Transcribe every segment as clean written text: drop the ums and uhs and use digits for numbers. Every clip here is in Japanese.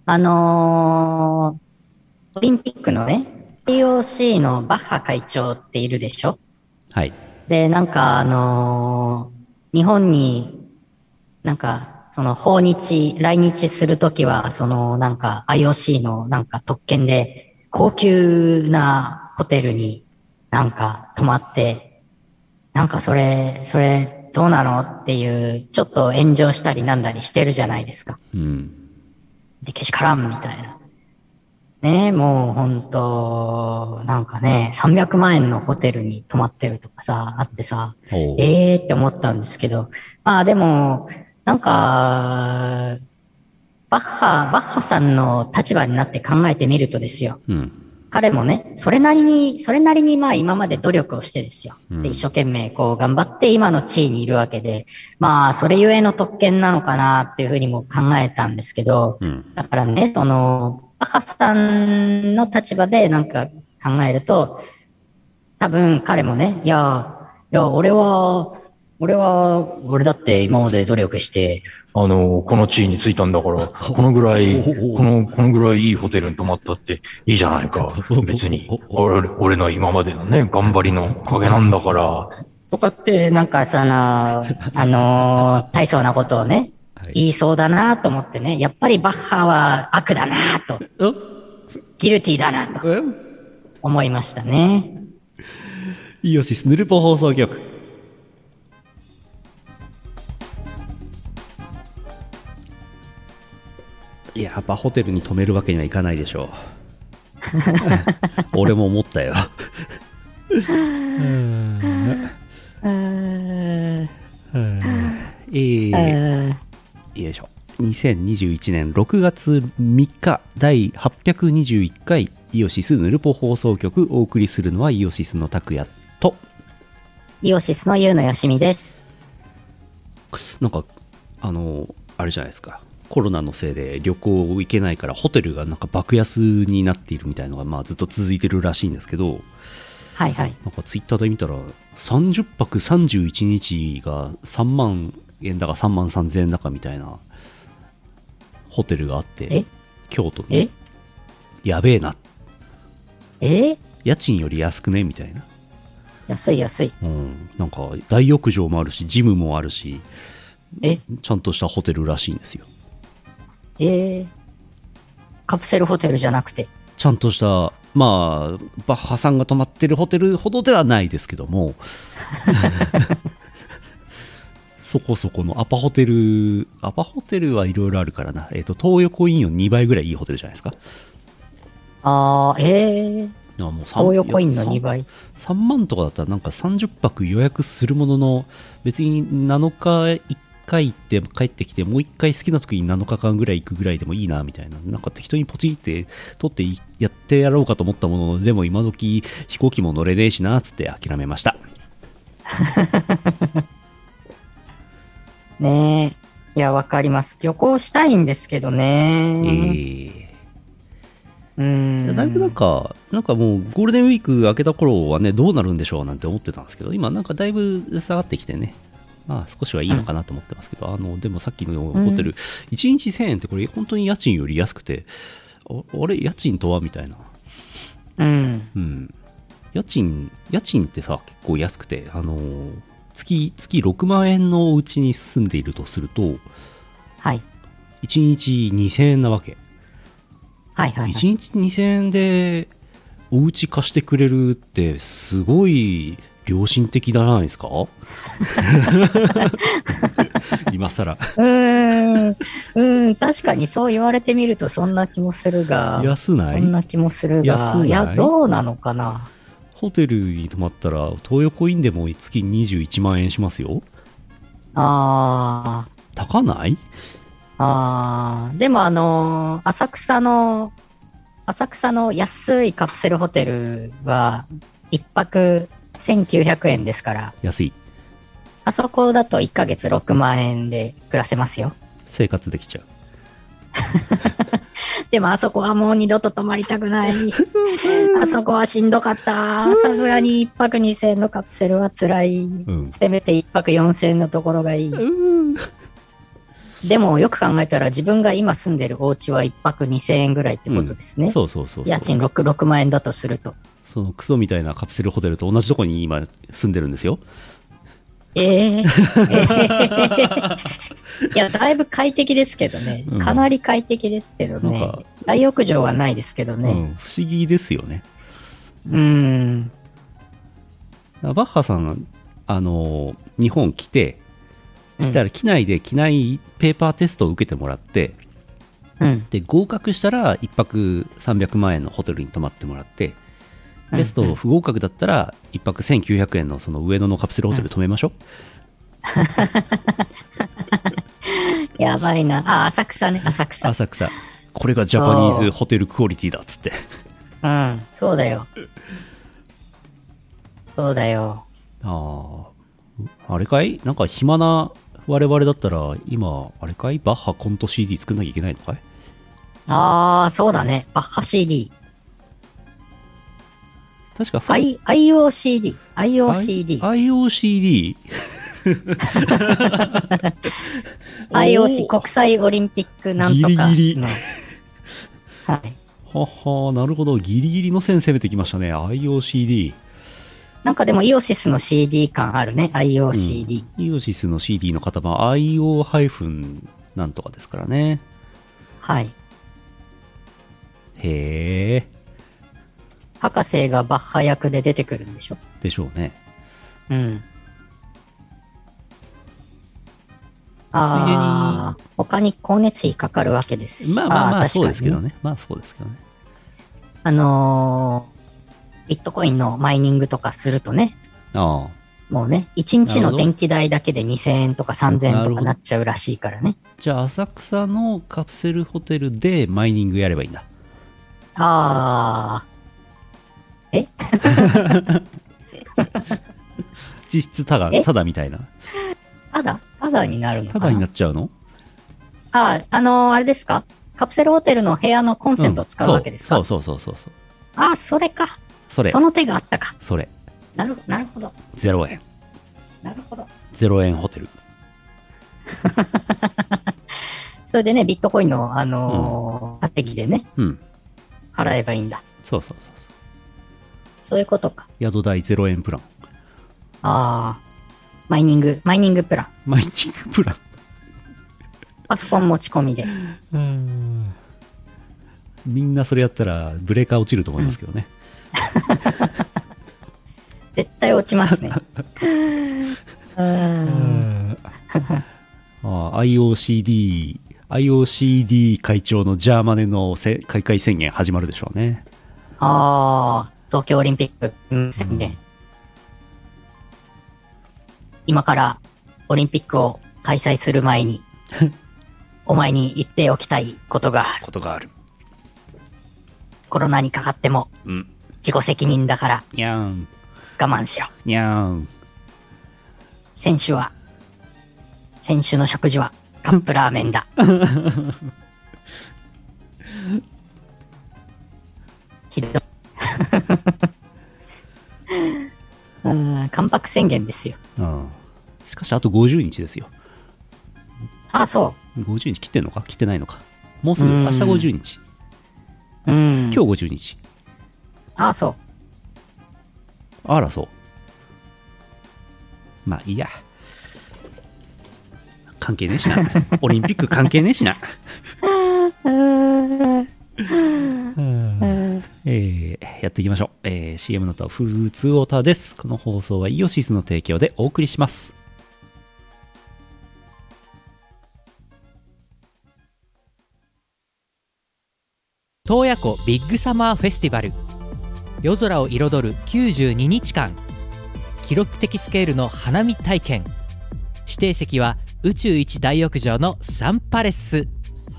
オリンピックのね、IOC のバッハ会長っているでしょ。 はい。 で、なんか日本になんか、その来日するときは、そのなんか IOC のなんか特権で高級なホテルになんか泊まって、なんかそれどうなのっていう、ちょっと炎上したりなんだりしてるじゃないですか。 うん。 で、けしからんみたいな。ねえ、もう本当なんかね、300万円のホテルに泊まってるとかさ、あってさ、 おう。 ええーって思ったんですけど、まあでも、なんか、バッハさんの立場になって考えてみるとですよ。 うん。 彼もね、それなりにまあ今まで努力をしてですよ。で、一生懸命こう頑張って今の地位にいるわけで、まあそれゆえの特権なのかなっていうふうにも考えたんですけど、 うん。 だからね、バッハさんの立場でなんか考えると、多分彼もね、いや、俺だって今まで努力して、この地位についたんだから、このぐらいいいホテルに泊まったっていいじゃないか。別に、俺の今までのね、頑張りのおかげなんだから。とかって、なんか大層なことをね、 はい。 言いそうだなと思ってね、やっぱりバッハは悪だなと、ギルティだなと思いましたね。 イオシスヌルポ放送局。いや、やっぱホテルに泊めるわけにはいかないでしょう。俺も思ったよ。よいしょ。2021年6月3日第821回イオシスヌルポ放送局、お送りするのはイオシスの拓也と、 イオシスのユウのよしみです。 なんかあれじゃないですか、コロナのせいで旅行行けないからホテルがなんか爆安になっているみたいなのがまあずっと続いてるらしいんですけど、 はいはい。 なんかツイッターで見たら30泊31日が3万円だか3万3000円だかみたいなホテルがあって、 え京都えにやべえな、 え家賃より安くねみたいな、 安い安い。 なんか大浴場もあるしジムもあるし、 えちゃんとしたホテルらしいんですよ。 えカプセルホテルじゃなくて。 ちゃんとしたまあバッハさんが泊まってるホテルほどではないですけどもそこそこのアパホテルはいろいろあるからな、東横インオン2倍ぐらいいいホテルじゃないですか。もう東横インの2倍。 3万とかだったらなんか30泊予約するものの、別に7日1回行って帰ってきてもう1回好きな時に7日間ぐらい行くぐらいでもいいなみたいな、なんか適当にポチって取ってやってやろうかと思ったものの、でも今時飛行機も乗れねえしなっつって諦めました。 ねえ。いや、わかります。旅行したいんですけどね。 だいぶなんかもうゴールデンウィーク明けた頃はね、どうなるんでしょうなんて思ってたんですけど、今なんかだいぶ下がってきてね、まあ少しはいいのかなと思ってますけど、でもさっきのホテル、1日1000円ってこれ本当に家賃より安くて、あれ家賃とはみたいな。家賃ってさ結構安くて、月6万円のお家に住んでいるとすると、 はい。 1日2000円なわけ。 はいはい、はい。 1日2000円でお家貸してくれるってすごい良心的じゃないですか今更確かにそう言われてみるとそんな気もするが。 安ない？ そんな気もするが。いや、どうなのかな。 ホテルに泊まったら東横インでも月21万円しますよ。高ない？ でも浅草の安いカプセルホテルは1泊1900円ですから。 安い。 あそこだと1ヶ月6万円で暮らせますよ。 生活できちゃう。 でもあそこはもう二度と泊まりたくない。あそこはしんどかった。さすがに1泊2000円のカプセルは辛い。せめて1泊4000円のところがいい。 でもよく考えたら自分が今住んでるお家は1泊2000円ぐらいってことですね。 そうそうそうそう。 家賃6万円だとすると。 そのクソみたいなカプセルホテルと同じとこに今住んでるんですよ。 いや、だいぶ快適ですけどね。かなり快適ですけどね。大浴場はないですけどね。 不思議ですよね。バッハさん、日本来たら機内で機内ペーパーテストを受けてもらって、で合格したら1泊300万円のホテルに泊まってもらって、テスト不合格だったら1泊1900円のその上野のカプセルホテル泊めましょう。 やばいな。浅草ね、浅草。 これがジャパニーズホテルクオリティだっつって。 そうだよ。そうだよ。 あれかい、なんか暇な我々だったら今あれかい、バッハコント CD 作んなきゃいけないのかい。 そうだね、バッハ CD。 確か IOCD。IOC 国際オリンピックなんとかの。 ギリギリ。 はい。 なるほど。ギリギリの線攻めてきましたね。IOCD。 なんかでもイオシスの CD 感あるね。IOCD。 イオシスの CD の型番 IO- なんとかですからね。 はい。 へえ。 博士がバッハ役で出てくるんでしょ。 でしょうね。 他に光熱費かかるわけですし。 まあそうですけどね。 ビットコインのマイニングとかするとね。もうね、1日の電気代だけで2000円とか3000円とかなっちゃうらしいからね。 じゃあ浅草のカプセルホテルでマイニングやればいいんだ。実質ただみたいな。 ただになるのかな。 ただになっちゃうの？ あれですか？カプセルホテルの部屋のコンセントを使うわけですか？ そう。 それか。 その手があったか。 それ。 なるほど。 0円。 なるほど。 0円ホテル。 それでね、ビットコインの、稼ぎでね、払えばいいんだ。 そう。 そういうことか。 宿代0円プラン。 マイニングプラン。パソコン持ち込みで。 みんなそれやったらブレーカー落ちると思いますけどね。 絶対落ちますね。 IOCD 会長のジャーマネの開会宣言始まるでしょうね。 東京オリンピック宣言。今からオリンピックを開催する前にお前に言っておきたいことがある。コロナにかかっても自己責任だから我慢しろ。選手の食事はカップラーメンだ。ひどい。関白宣言ですよ。 しかしあと50日ですよ。 そう。 50日切ってんのか切ってないのか。もうすぐ明日50日。今日50日。 そう。 あらそう。まあいいや。関係ねえしな。オリンピック関係ねえしな。やっていきましょう。CM の後はふつおたです。この放送はイオシスの提供でお送りします。 洞爺湖ビッグサマーフェスティバル。夜空を彩る92日間。記録的スケールの花見体験。指定席は宇宙一大浴場のサンパレス。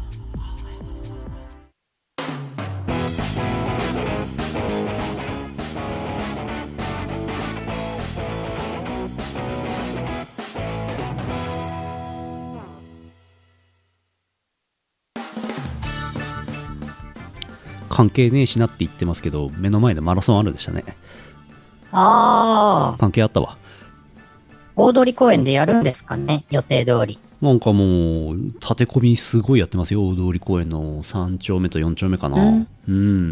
関係ねえしなって言ってますけど、目の前でマラソンあるんでしたね。関係あったわ。 大通公園でやるんですかね、予定通り。 なんかもう、立て込みすごいやってますよ。大通公園の3丁目と4丁目かな。うん。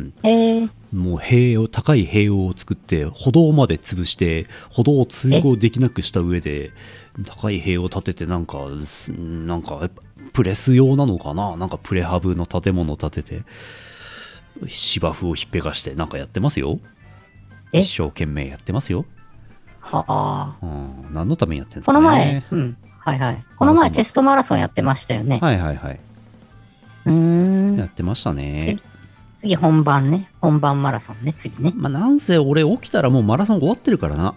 もう高い塀を作って、歩道まで潰して、歩道を通行できなくした上で、高い塀を建てて、なんか、プレス用なのかな、なんかプレハブの建物を建てて、芝生をひっぺがして、なんかやってますよ。一生懸命やってますよ。 はあ。 何のためにやってるんですかね。 この前、はいはい。この前テストマラソンやってましたよね。 はいはいはい。やってましたね。 次本番ね。本番マラソンね、次ね。 まあ、なんせ俺起きたらもうマラソン終わってるからな。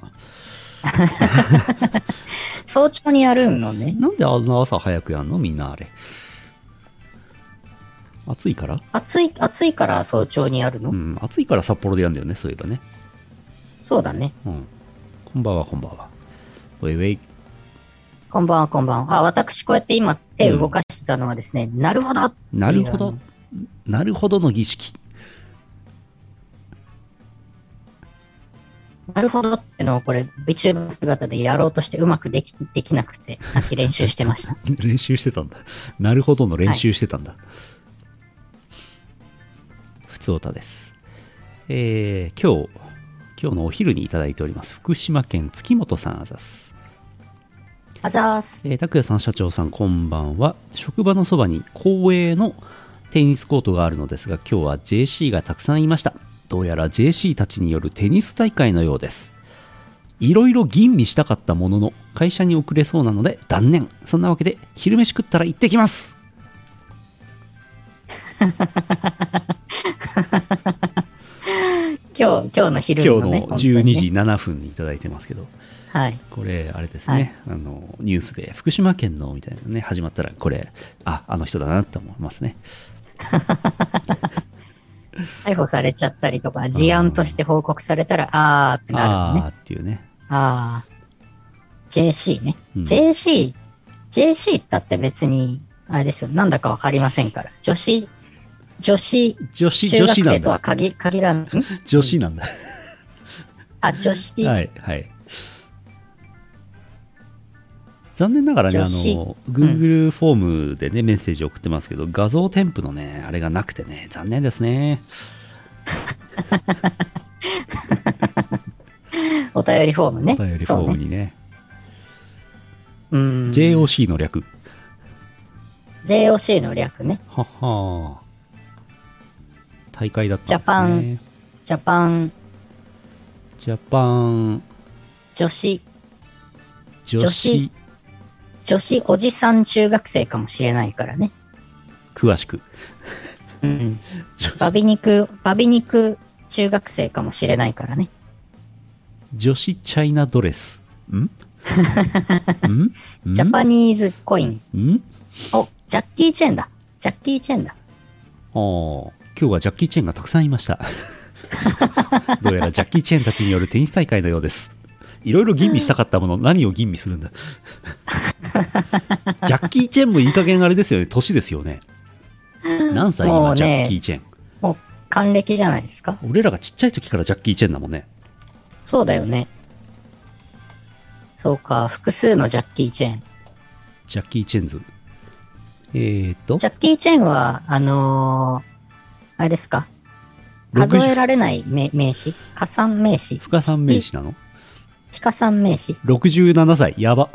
早朝にやるのね。 なんであんな朝早くやんのみんなあれ。暑いから？ 暑いから早朝にやるの？ 暑いから札幌でやるんだよね、そういえばね。 そうだね。 こんばんは、こんばんは。ウェイウェイ。 こんばんは、こんばんは。私こうやって今手を動かしてたのはですね、なるほど。 なるほど。なるほどの儀式。 なるほどってのをこれ VTuber 姿でやろうとしてうまくできなくて、さっき練習してました。 練習してたんだ。なるほどの練習してたんだ。ふつおたです。今日のお昼にいただいております。福島県月本さんあざす。 あざーす。 拓也さん、社長さん、こんばんは。職場のそばに公営のテニスコートがあるのですが、今日は JC がたくさんいました。どうやら JC たちによるテニス大会のようです。いろいろ吟味したかったものの、会社に遅れそうなので断念。そんなわけで、昼飯食ったら行ってきます。 今日の昼のね、 今日の12時7分にいただいてますけど、 はい、 これあれですね、ニュースで福島県のみたいなね始まったら、これあの人だなって思いますね。 逮捕されちゃったりとか事案として報告されたらあーってなるのね。 っていうね。 JC ね、JC だって別にあれですよ、なんだかわかりませんから。女子中学生とは限らん。 女子なんだ。 女子。 はいはい。残念ながらね、Google フォームでね、メッセージ送ってますけど、画像添付のね、あれがなくてね、残念ですね。 お便りフォームね。 お便りフォームにね。 JOC の略。 JOC の略ね。 はは。大会だったんですね。 ジャパン女子おじさん中学生かもしれないからね。 詳しく。 バビ肉中学生かもしれないからね。 女子チャイナドレス。 ジャパニーズコイン。ジャッキーチェンだ。 今日はジャッキー・チェンがたくさんいました。どうやらジャッキー・チェンたちによるテニス大会のようです。いろいろ吟味したかったもの、何を吟味するんだ。ジャッキー・チェンもいい加減あれですよね、年ですよね。何歳今、ジャッキー・チェン。 もう還暦じゃないですか。 俺らがちっちゃい時からジャッキー・チェンだもんね。 そうだよね。そうか、複数のジャッキー・チェン。 ジャッキー・チェンズ。 ジャッキー・チェンは、あれですか、数えられない名詞、加算名詞、 不可算名詞なの？ 非加算名詞。 67歳、やば。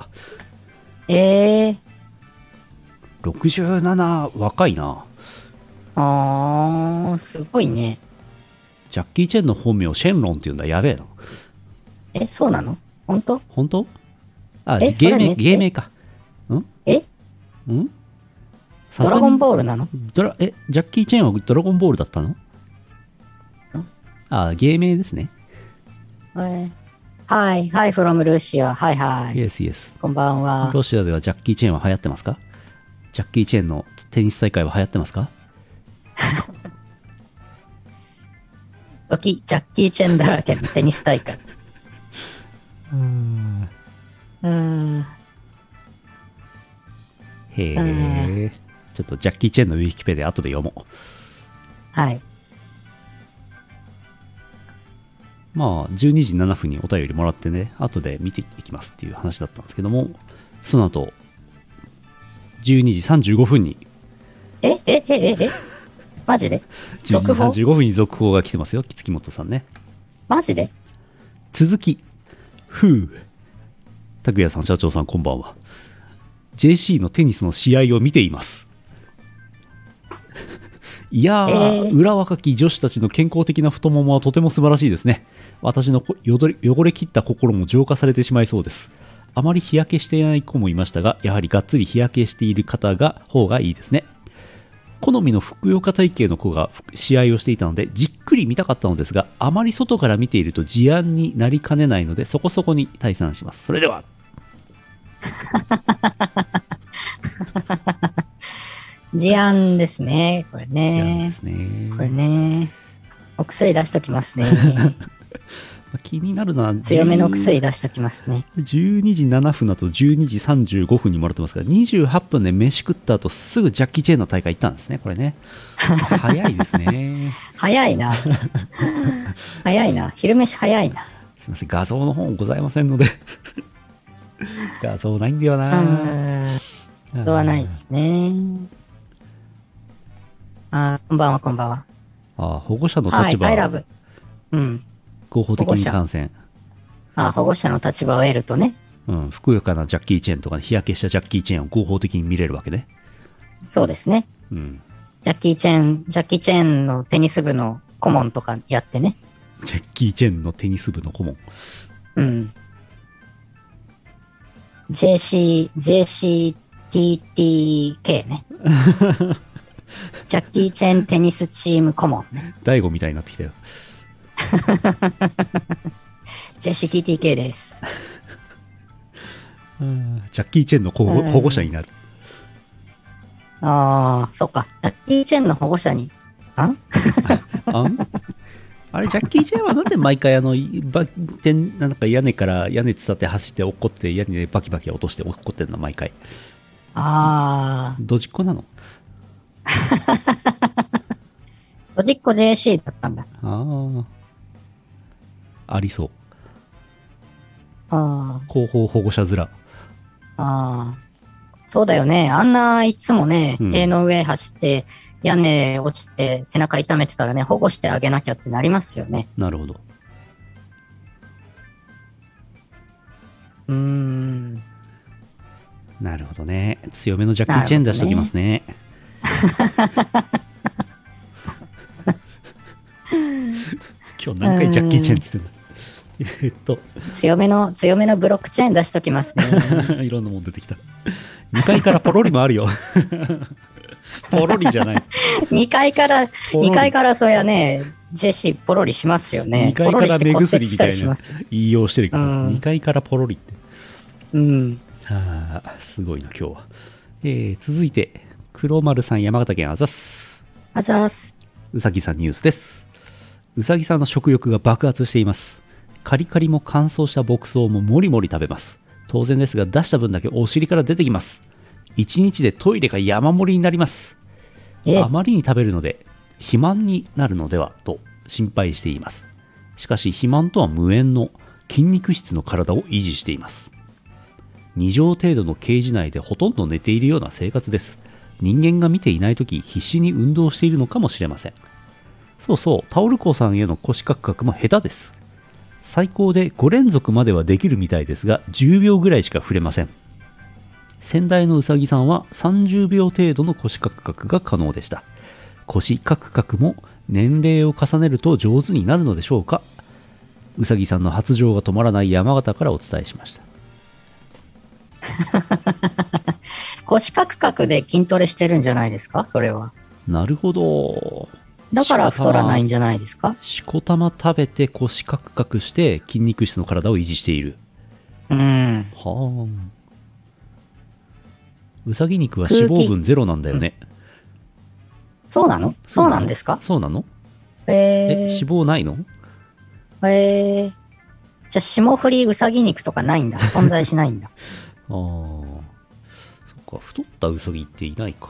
67、 若いな。 すごいね。 ジャッキー・チェンの本名、シェンロンって言うんだ、やべえな。 そうなの？本当？ 芸名か。 ドラゴンボールなの？ ジャッキー・チェンはドラゴンボールだったの？芸名ですね。 はい、from ルーシア。はい。 Yes。 こんばんは。 ロシアではジャッキー・チェンは流行ってますか？ジャッキー・チェンのテニス大会は流行ってますか？ ジャッキー・チェンだらけのテニス大会。 へえ。ちょっとジャッキー・チェンのウィキペディア後で読もう。 はい。 まあ、12時7分にお便りもらってね、後で見ていきますっていう話だったんですけども、その後、 12時35分にマジで 12 続報時35分に続報が来てますよ、月本さんね。 マジで続き、拓也さん、社長さん、こんばんは。JC のテニスの試合を見ています。いやー、裏若き女子たちの健康的な太ももはとても素晴らしいですね。私の汚れ切った心も浄化されてしまいそうです。あまり日焼けしていない子もいましたが、やはりがっつり日焼けしている方がいいですね。好みのふくよか体型の子が試合をしていたのでじっくり見たかったのですが、あまり外から見ていると事案になりかねないので、そこそこに退散します。それでは事案ですね、これ事案ね。 ですね。 これね。お薬出しときますね。 気になるのは強めの薬出しときますね。 12時7分だと12時35分にもらってますから28分で飯食った後すぐジャッキー・チェーンの大会行ったんですね、これね。早いですね。 早いな。早いな。昼飯早いな。 すいません、画像の方ございませんので画像ないんだよな。 ことはないですね。こんばんは、こんばんは。 保護者の立場、 はい、I love。うん。 合法的に観戦。 保護者の立場を得るとね。 ふくよかなジャッキー・チェーンとか、日焼けしたジャッキー・チェーンを合法的に見れるわけね。 そうですね。ジャッキー・チェーンのテニス部の顧問とかやってね。 ジャッキー・チェーンのテニス部の顧問。 JCTTK ね。ジャッキー・チェーンテニスチーム顧問ね。 大悟みたいになってきたよ。 JCTTK です。 ジャッキー・チェンの保護者になる。 そっか。ジャッキー・チェンの保護者に。あれ、ジャッキー・チェンはなんで毎回なんか屋根伝って走って落っこって屋根でバキバキ落として落っこってんの毎回。ドジっ子なの？ ドジっ子 JC だったんだ。 ありそう。 後方保護者面。 そうだよね。あんないつもね、塀の上走って屋根落ちて背中痛めてたらね、保護してあげなきゃってなりますよね。 なるほど。なるほどね。強めのジャッキー・チェン出しときますね。今日何回ジャッキー・チェンって言ってんだ。 強めのブロックチェーン出しときますね。 いろんなもん出てきた。2階からポロリもあるよ。ポロリじゃない。 2階からそりゃね、ジェシーポロリしますよね。 2階から目薬みたいな言いようしてるけど、2階からポロリって。すごいな今日は。続いて黒丸さん、山形県あざす。うさぎさんニュースです。うさぎさんの食欲が爆発しています。カリカリも乾燥した牧草ももりもり食べます。当然ですが出した分だけお尻から出てきます。1日でトイレが山盛りになります。あまりに食べるので肥満になるのではと心配しています。しかし肥満とは無縁の筋肉質の体を維持しています。2畳程度のケージ内でほとんど寝ているような生活です。人間が見ていないとき必死に運動しているのかもしれません。そうそう、タオルコさんへの腰カクカクも下手です。最高で5連続まではできるみたいですが10秒ぐらいしか触れません。先代のうさぎさんは30秒程度の腰カクカクが可能でした。腰カクカクも年齢を重ねると上手になるのでしょうか。うさぎさんの発情が止まらない山形からお伝えしました。 腰カクカクで筋トレしてるんじゃないですか、それは。 なるほど。 だから太らないんじゃないですか。 しこたま食べて腰カクカクして筋肉質の体を維持している。うさぎ肉は脂肪分ゼロなんだよね。 そうなの？そうなんですか？ そうなの？ 脂肪ないの？ じゃあ霜降りうさぎ肉とかないんだ。存在しないんだ。 そっか、太ったうさぎっていないか。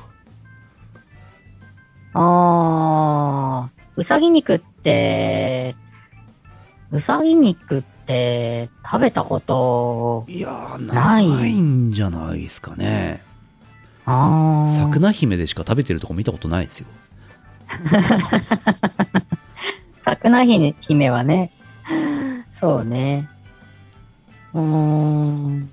うさぎ肉って食べたことないんじゃないですかね。 ああ。 桜姫でしか食べてるとこ見たことないですよ。 桜姫はね、そうね。うーん。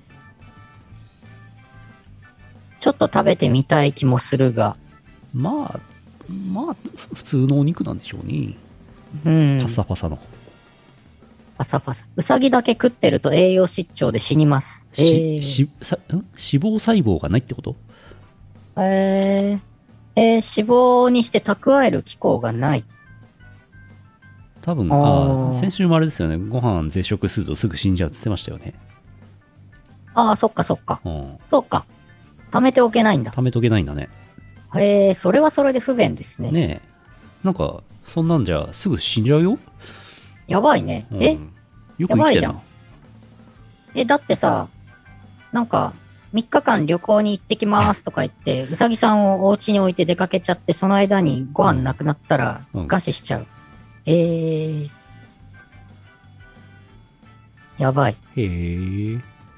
ちょっと食べてみたい気もするが。 まあ普通のお肉なんでしょうね。 うん。 パサパサの。 パサパサ。うさぎだけ食ってると栄養失調で死にます。 脂肪細胞がないってこと？ 脂肪にして蓄える機構がない。 多分、先週もあれですよね。ご飯絶食するとすぐ死んじゃうって言ってましたよね。 ああ、そっかそっか。 うん。 そっか。貯めておけないんだ。 貯めとけないんだね。 それはそれで不便ですね。 ねえ。なんか、そんなんじゃすぐ死んじゃうよ。 やばいね。 うん、よく生きてんな。 だってさ、なんか、3日間旅行に行ってきますとか言って、うさぎさんをお家に置いて出かけちゃって、その間にご飯なくなったら、餓死しちゃう。やばい。 へえ。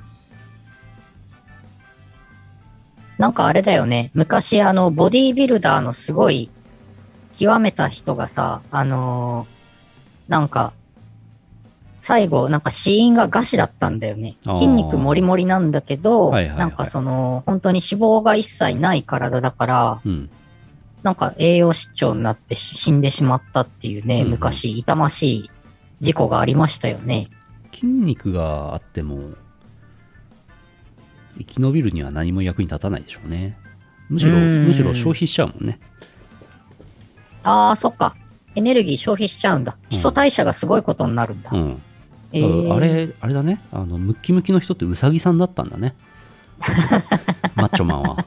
なんかあれだよね。昔ボディービルダーのすごい、極めた人がさ、なんか、最後、なんか死因が餓死だったんだよね。筋肉もりもりなんだけど、なんか本当に脂肪が一切ない体だから、なんか栄養失調になって死んでしまったっていうね、昔痛ましい事故がありましたよね。 筋肉があっても、生き延びるには何も役に立たないでしょうね。むしろ消費しちゃうもんね。 ああ、そっか。エネルギー消費しちゃうんだ。基礎代謝がすごいことになるんだ。 あれだね。ムッキムキの人ってウサギさんだったんだね。マッチョマンは。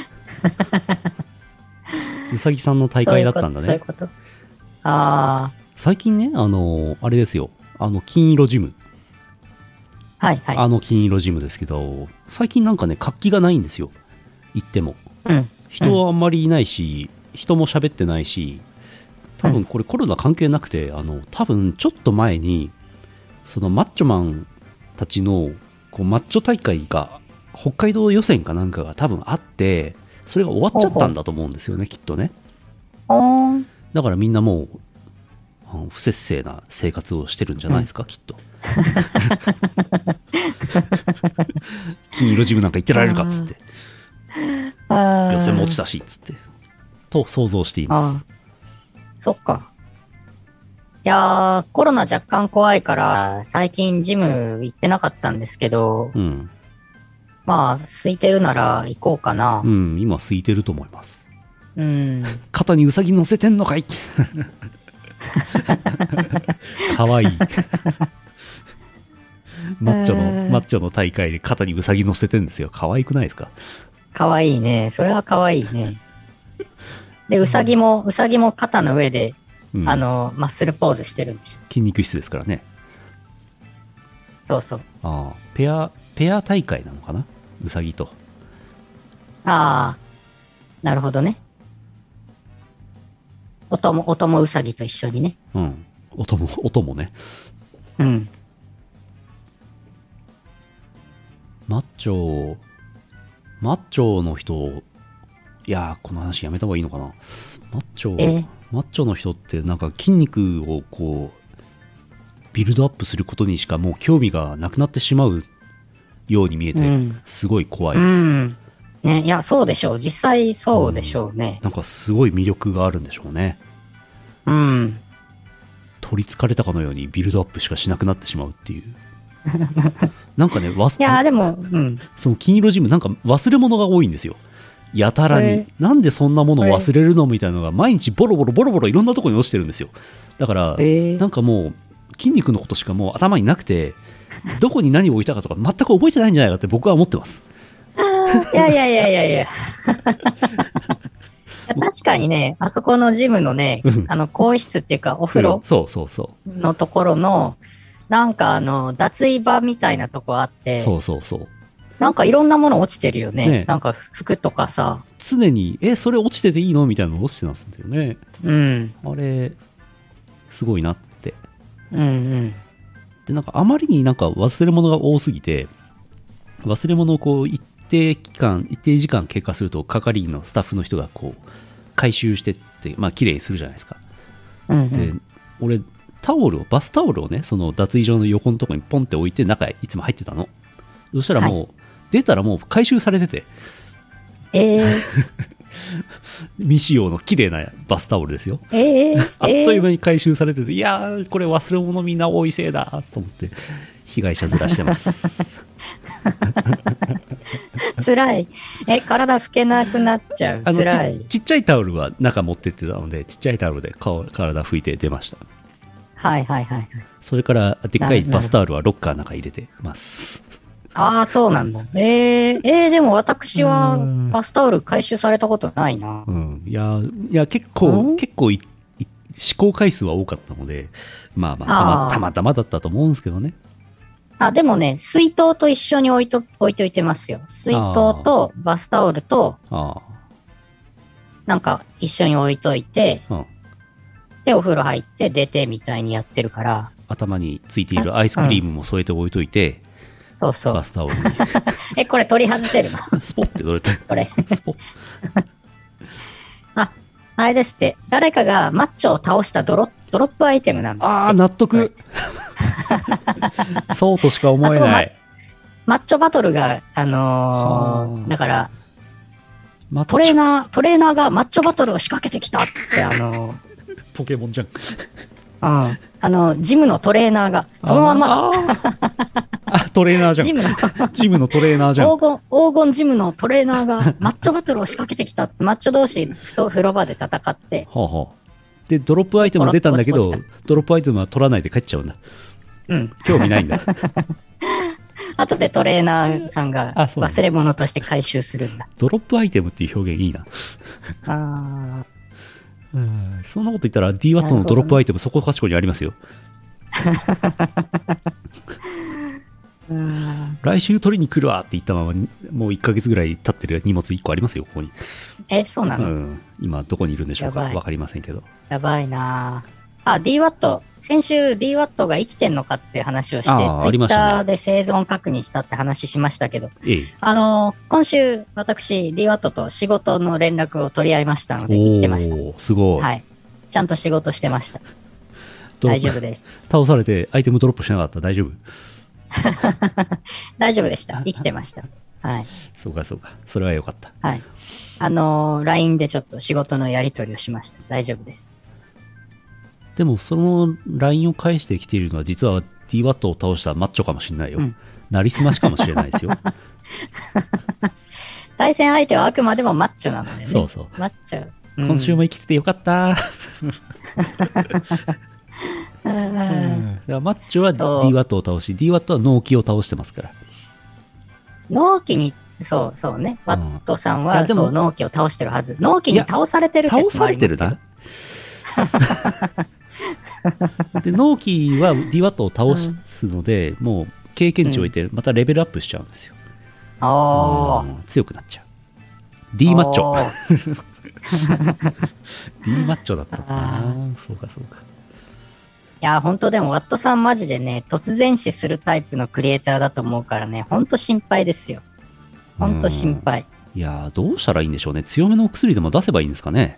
ウサギさんの大会だったんだね。 そういうこと。ああ。 最近ね、あれですよ。金色ジム。 はいはい。 金色ジムですけど、最近なんかね、活気がないんですよ。行っても。人はあんまりいないし、人も喋ってないし、多分これコロナ関係なくて、多分ちょっと前に、そのマッチョマンたちのこうマッチョ大会が北海道予選かなんかが多分あって、それが終わっちゃったんだと思うんですよね、きっとね。だからみんなもう不摂生な生活をしてるんじゃないですか、きっと。金色ジムなんか行ってられるかっつって、予選も落ちたしっつってと想像しています。 そっか。いやー、コロナ若干怖いから、最近ジム行ってなかったんですけど、まあ、空いてるなら行こうかな。 今空いてると思います。肩にウサギ乗せてんのかいかわいい。マッチョの大会で肩にウサギ乗せてんですよ。かわいくないですか？ かわいいね。それはかわいいね。で、ウサギも肩の上で、マッスルポーズしてるんでしょ。 筋肉質ですからね。 そうそう。 ペア大会なのかな、ウサギと。 なるほどね。お供ウサギと一緒にね。 お供ね。マッチョの人、いやー、この話やめた方がいいのかな。マッチョの人ってなんか筋肉をこうビルドアップすることにしかもう興味がなくなってしまうように見えて、すごい怖いです。 ね、いや、そうでしょう。実際そうでしょうね。 なんかすごい魅力があるんでしょうね。取りつかれたかのようにビルドアップしかしなくなってしまうっていう。なんかね、いやでも、 その金色ジムなんか忘れ物が多いんですよ。やたらに。なんでそんなものを忘れるのみたいなのが毎日ボロボロいろんなところに落ちてるんですよ。だから、なんかもう筋肉のことしかもう頭になくて、どこに何を置いたかとか全く覚えてないんじゃないかって僕は思ってます。 いや。確かにね、あそこのジムのね、更衣室っていうかお風呂のところの、なんか脱衣場みたいなとこあって、なんかいろんなもの落ちてるよね。なんか服とかさ。 常に、それ落ちてていいのみたいなの落ちてますんだよね。あれ、すごいなって。で、なんかあまりになんか忘れ物が多すぎて、忘れ物をこう言っ定時間経過すると係員のスタッフの人がこう回収してってまあ綺麗にするじゃないですか。で俺バスタオルをねその脱衣所の横のところにポンって置いて中へいつも入ってたの。そしたらもう、出たらもう回収されてて未使用の綺麗なバスタオルですよ。あっという間に回収されてて、いやーこれ忘れ物みんな多いせいだと思って被害者面してます辛い。体拭けなくなっちゃう。辛い。 ちっちゃいタオルは中持ってってたので、ちっちゃいタオルで体拭いて出ました。 はいはいはい。 それからでっかいバスタオルはロッカーの中入れてます。 ああ、そうなんだ。でも私はバスタオル回収されたことないな。 いや結構試行回数は多かったので、まあたまたまだったと思うんですけどね。 でもね、水筒と一緒に置いといてますよ。水筒とバスタオルと、なんか一緒に置いといて、で、お風呂入って出てみたいにやってるから。 頭についているアイスクリームも添えて置いといて、 そうそう。 バスタオルに。 これ取り外せるのスポッて取れて。 これ。 スポッ。 あれですって。誰かがマッチョを倒したドロップアイテムなんですって。 納得。そうとしか思えない。 マッチョバトルが、だから、トレーナーがマッチョバトルを仕掛けてきたって、 ポケモンじゃん。ジムのトレーナーが、そのまま。 トレーナーじゃん。ジムのトレーナーじゃん。 黄金ジムのトレーナーがマッチョバトルを仕掛けてきた。マッチョ同士風呂場で戦って。 で、ドロップアイテム出たんだけど、ドロップアイテムは取らないで帰っちゃうんだ。興味ないんだ。 後でトレーナーさんが忘れ物として回収するんだ。 ドロップアイテムっていう表現いいな。そんなこと言ったら DWAT のドロップアイテムそこかしこにありますよ。来週取りに来るわって言ったままもう1ヶ月ぐらい経ってる荷物1個ありますよ、ここに。 そうなの？ 今どこにいるんでしょうか、わかりませんけど。 やばいなぁ。DWAT、先週 DWAT が生きてんのかって話をして、Twitter で生存確認したって話しましたけど、今週私 DWAT と仕事の連絡を取り合いましたので生きてました。 すごい。 はい。ちゃんと仕事してました。大丈夫です。 倒されてアイテムドロップしなかった？大丈夫？ 大丈夫でした。生きてました。はい。 そうかそうか。それはよかった。 はい。LINE でちょっと仕事のやり取りをしました。大丈夫です。 でもその LINE を返してきているのは実は DWAT を倒したマッチョかもしれないよ。なりすましかもしれないですよ。 対戦相手はあくまでもマッチョなのでね。 そうそう。 マッチョ。 今週も生きててよかった。だからマッチョは DWAT を倒し DWAT は納期を倒してますから。 納期にそうね、ワットさんは納期を倒してるはず。納期に倒されてる説もありますけど。倒されてるな。で納期は DWAT を倒すので、もう経験値を置いてまたレベルアップしちゃうんですよ。強くなっちゃう。 D マッチョD マッチョだったかな。そうかそうか。 いや本当でもワットさんマジでね、突然死するタイプのクリエイターだと思うからね、本当心配ですよ。本当心配。 いやどうしたらいいんでしょうね。強めのお薬でも出せばいいんですかね。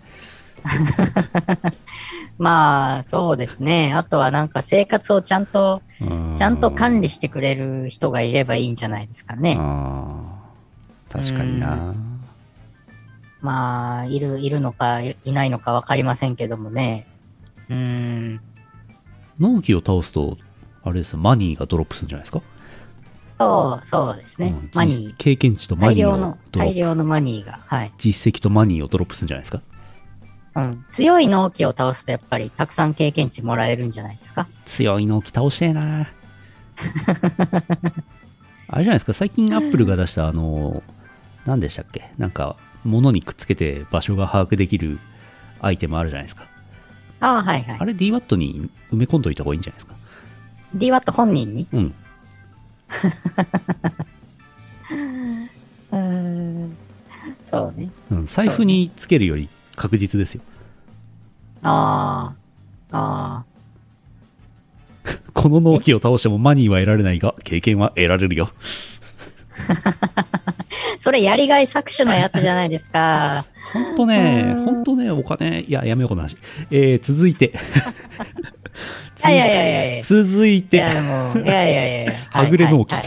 まあそうですね。あとはなんか生活をちゃんと管理してくれる人がいればいいんじゃないですかね。 確かにな。 まあいるのかいないのか分かりませんけどもね。 納期を倒すとあれですよ、マニーがドロップするんじゃないですか。 そうですね。マニー、 経験値とマニーを大量のマニーが、はい、 実績とマニーをドロップするんじゃないですか。 強い納期を倒すとやっぱりたくさん経験値もらえるんじゃないですか。 強い納期倒してえな。あれじゃないですか、最近アップルが出した何でしたっけ、なんか物にくっつけて場所が把握できるアイテムあるじゃないですか。 はいはい。 あれ DWAT に埋め込んどいた方がいいんじゃないですか。 DWAT 本人に？そうね。 財布につけるより確実ですよ。この納期を倒してもマニーは得られないが経験は得られるよ。 それやりがい搾取のやつじゃないですか。 本当ね、お金、いや、やめようこの話。続いて。 いや。 続いて。 いや、もう、いや。 はぐれ納期。 はい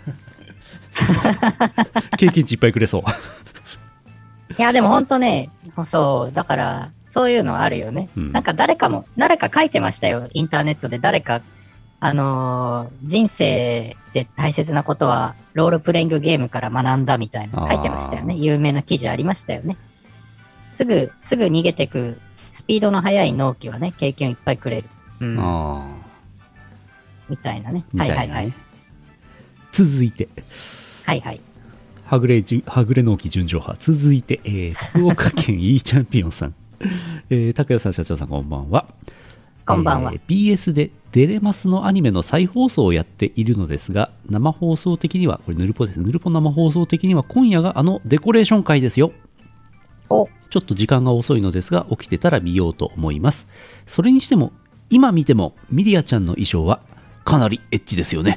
経験値いっぱいくれそう。 いや、でも本当ね、そう、だから、そういうのあるよね。 うんなんか誰か書いてましたよ。インターネットで誰か、人生で大切なことは、ロールプレイングゲームから学んだみたいな書いてましたよね。有名な記事ありましたよね。すぐ逃げてく、スピードの速い納期はね、経験をいっぱいくれる。うん。みたいなね。 みたいなね。 はい。 続いて。 はい。 はぐれ納期順調派。続いて、福岡県 E チャンピオンさん。拓也さん、社長さん、こんばんは。 こんばんは。 BS でデレマスのアニメの再放送をやっているのですが、生放送的には、これヌルポです。ヌルポ生放送的には今夜がデコレーション会ですよ。ちょっと時間が遅いのですが、起きてたら見ようと思います。それにしても、今見てもミリアちゃんの衣装はかなりエッチですよね。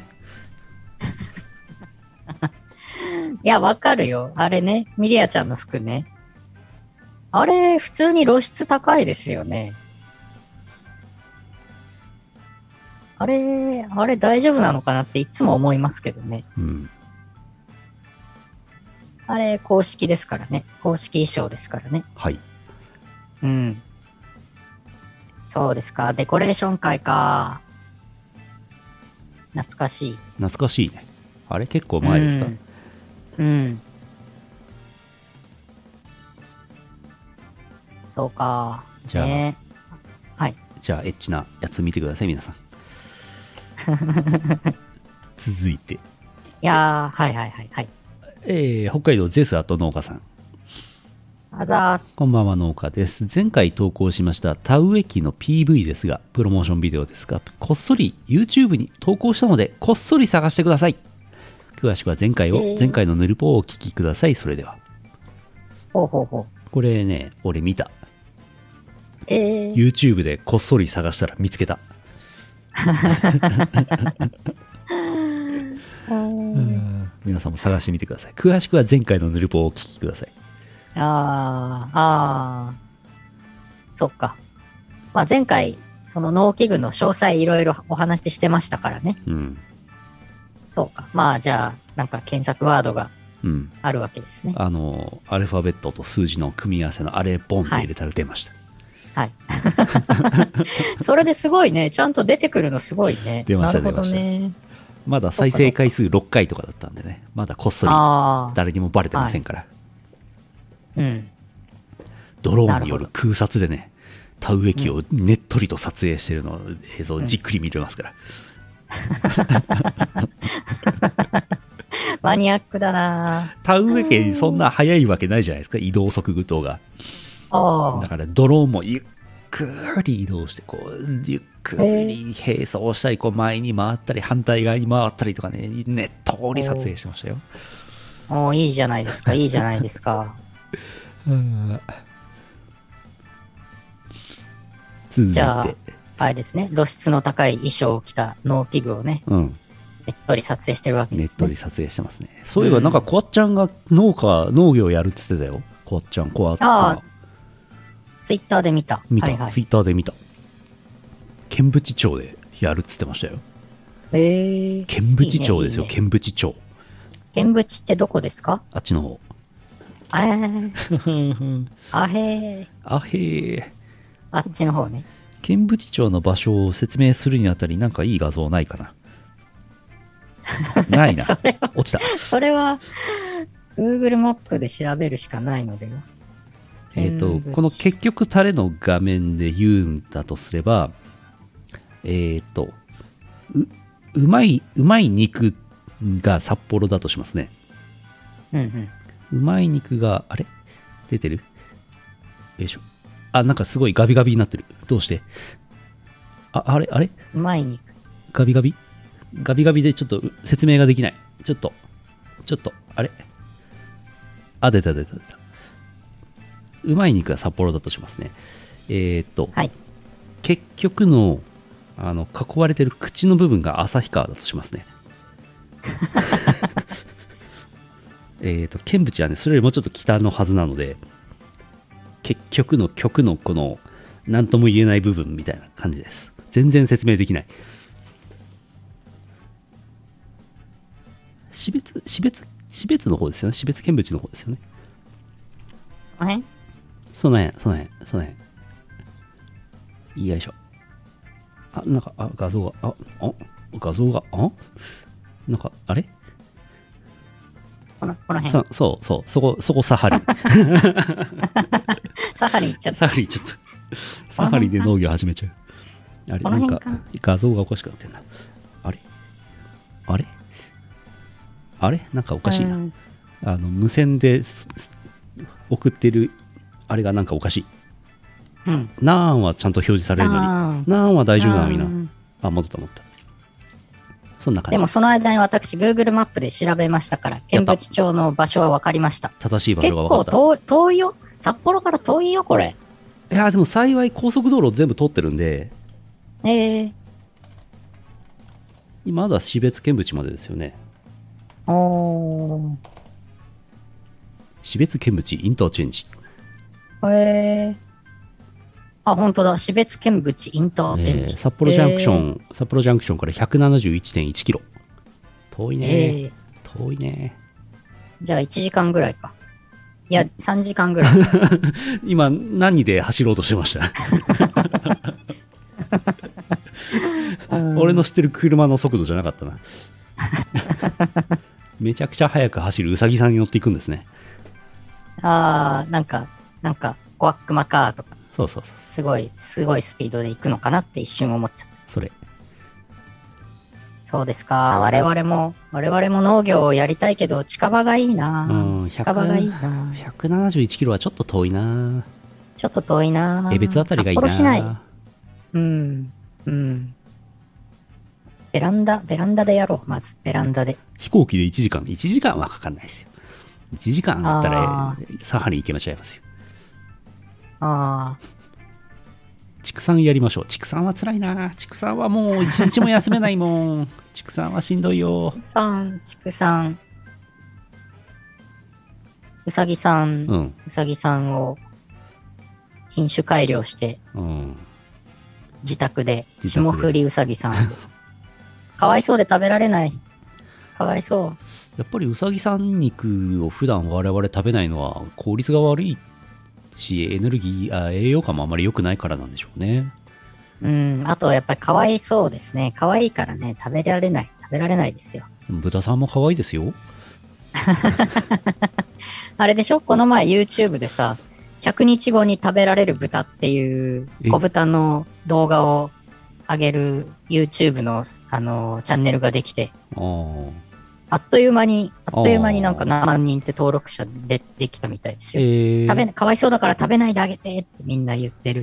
いや、わかるよ。あれね、ミリアちゃんの服ね。あれ、普通に露出高いですよね。あれ大丈夫なのかなっていつも思いますけどね。 うん。 あれ、公式ですからね。公式衣装ですからね。 はい。 うん。そうですか。デコレーション会か。懐かしい。 懐かしいね。あれ結構前ですか？ うん。そうか。 じゃあ、 はい。 じゃあ、エッチなやつ見てください、皆さん。続いて。いやー、はい。 北海道ゼスアと農家さん。 あざーす。 こんばんは、農家です。前回投稿しました田植え機の PV ですが、プロモーションビデオですが、こっそり YouTube に投稿したので、こっそり探してください。詳しくは前回のヌルポをお聞きください。それでは。 ほう。 これね、俺見た。YouTube でこっそり探したら見つけた。皆さんも探してみてください。詳しくは前回のヌルポをお聞きください。 そっか。まあ前回、その農機具の詳細いろいろお話ししてましたからね。 うん。 そうか。まあじゃあ、なんか検索ワードがあるわけですね。 アルファベットと数字の組み合わせのあれ、ボンって入れたら出ました。 はい。それですごいね。ちゃんと出てくるのすごいね。 出ました、 なるほどね。 まだ再生回数6回とかだったんでね。まだこっそり誰にもバレてませんから。 うん。 ドローンによる空撮でね、田植え機をねっとりと撮影してるの映像をじっくり見れますから。 マニアックだな。 田植え機そんな速いわけないじゃないですか、移動速度が。だからドローンもゆっくり移動して、こうゆっくり並走したり、こう前に回ったり反対側に回ったりとかね、ねっとり撮影してましたよ。 いいじゃないですか、いいじゃないですか。 続いて、 じゃああれですね、露出の高い衣装を着た農機具をね、ねっとり撮影してるわけですね。 ねっとり撮影してますね。そういえばなんかコアちゃんが農業やるって言ってたよ。コアちゃん、 ツイッターで見た。 ツイッターで見た。剣淵町でやるって言ってましたよ。剣淵町ですよ、剣淵町。 剣淵ってどこですか？ あっちの方。 あへー。あっちの方ね。 剣淵町の場所を説明するにあたり、なんかいい画像ないかな。ないな。落ちた。 それは Google マップで調べるしかないのでは。 この結局タレの画面で言うんだとすれば、うまい肉が札幌だとしますね。うまい肉が、あれ出てる？よいしょ。なんかすごいガビガビになってる。どうして？あれうまい肉。 ガビガビでちょっと説明ができない。ちょっと、あれ出た。うまい肉が札幌だとしますね。結局の、囲われてる口の部分が旭川だとしますね。 剣淵はね、それよりもうちょっと北のはずなので、結局の曲のこの、なんとも言えない部分みたいな感じです。全然説明できない。標津の方ですよね。標津剣淵の方ですよね。 この辺その辺。よいしょ。なんか、画像が、なんか、あれこの辺。 そこサハリン。 サハリン行っちゃった。 サハリン行っちゃった。サハリンで農業始めちゃう。あれ、なんか、画像がおかしくなってんな。あれなんかおかしいな。無線で送ってる、あれがなんかおかしい。 うん。 ナーンはちゃんと表示されるのに。ナーンは大丈夫なのにな。戻った。そんな感じでもその間に私 Google マップで調べましたから、剣淵町の場所は分かりました。 正しい場所が分かった。 結構遠いよ。札幌から遠いよ、これ。 いや、でも幸い高速道路全部通ってるんで。まだ標津剣淵までですよね。標津剣淵インターチェンジ。 本当だ。標津剣淵インターチェンジ。 札幌ジャンクションから 171.1 キロ。遠いね。遠いね。 じゃあ1時間ぐらいか。いや、3時間ぐらい。 今、何で走ろうとしてました俺の知ってる車の速度じゃなかったな。めちゃくちゃ速く走るウサギさんに乗っていくんですね。 なんか、コアックマカーとか。 そう。 すごいスピードで行くのかなって一瞬思っちゃった。 それ。 そうですか。我々も農業をやりたいけど、近場がいいな。近場がいいな。 171キロはちょっと遠いな。 江別あたりがいいな。札幌市内。ベランダでやろう。まず、ベランダで。 飛行機で1時間はかかんないですよ。1時間あったら、サハリン行けまちゃいますよ。畜産やりましょう。畜産は辛いな。畜産はもう一日も休めないもん。畜産はしんどいよ。 畜産。うさぎさんを品種改良して、自宅で霜降りうさぎさん。かわいそうで食べられない。かわいそう。 やっぱりうさぎさん肉を普段我々食べないのは効率が悪いし、栄養価もあまり良くないからなんでしょうね。 あとやっぱりかわいそうですね。かわいいからね、食べられないですよ。 豚さんもかわいいですよ。 あれでしょ、この前 YouTube でさ、100日後に食べられる豚っていう小豚の動画を上げる YouTube のチャンネルができて、あっという間になんか何万人って登録者できたみたいですよ。かわいそうだから食べないであげてってみんな言ってるって。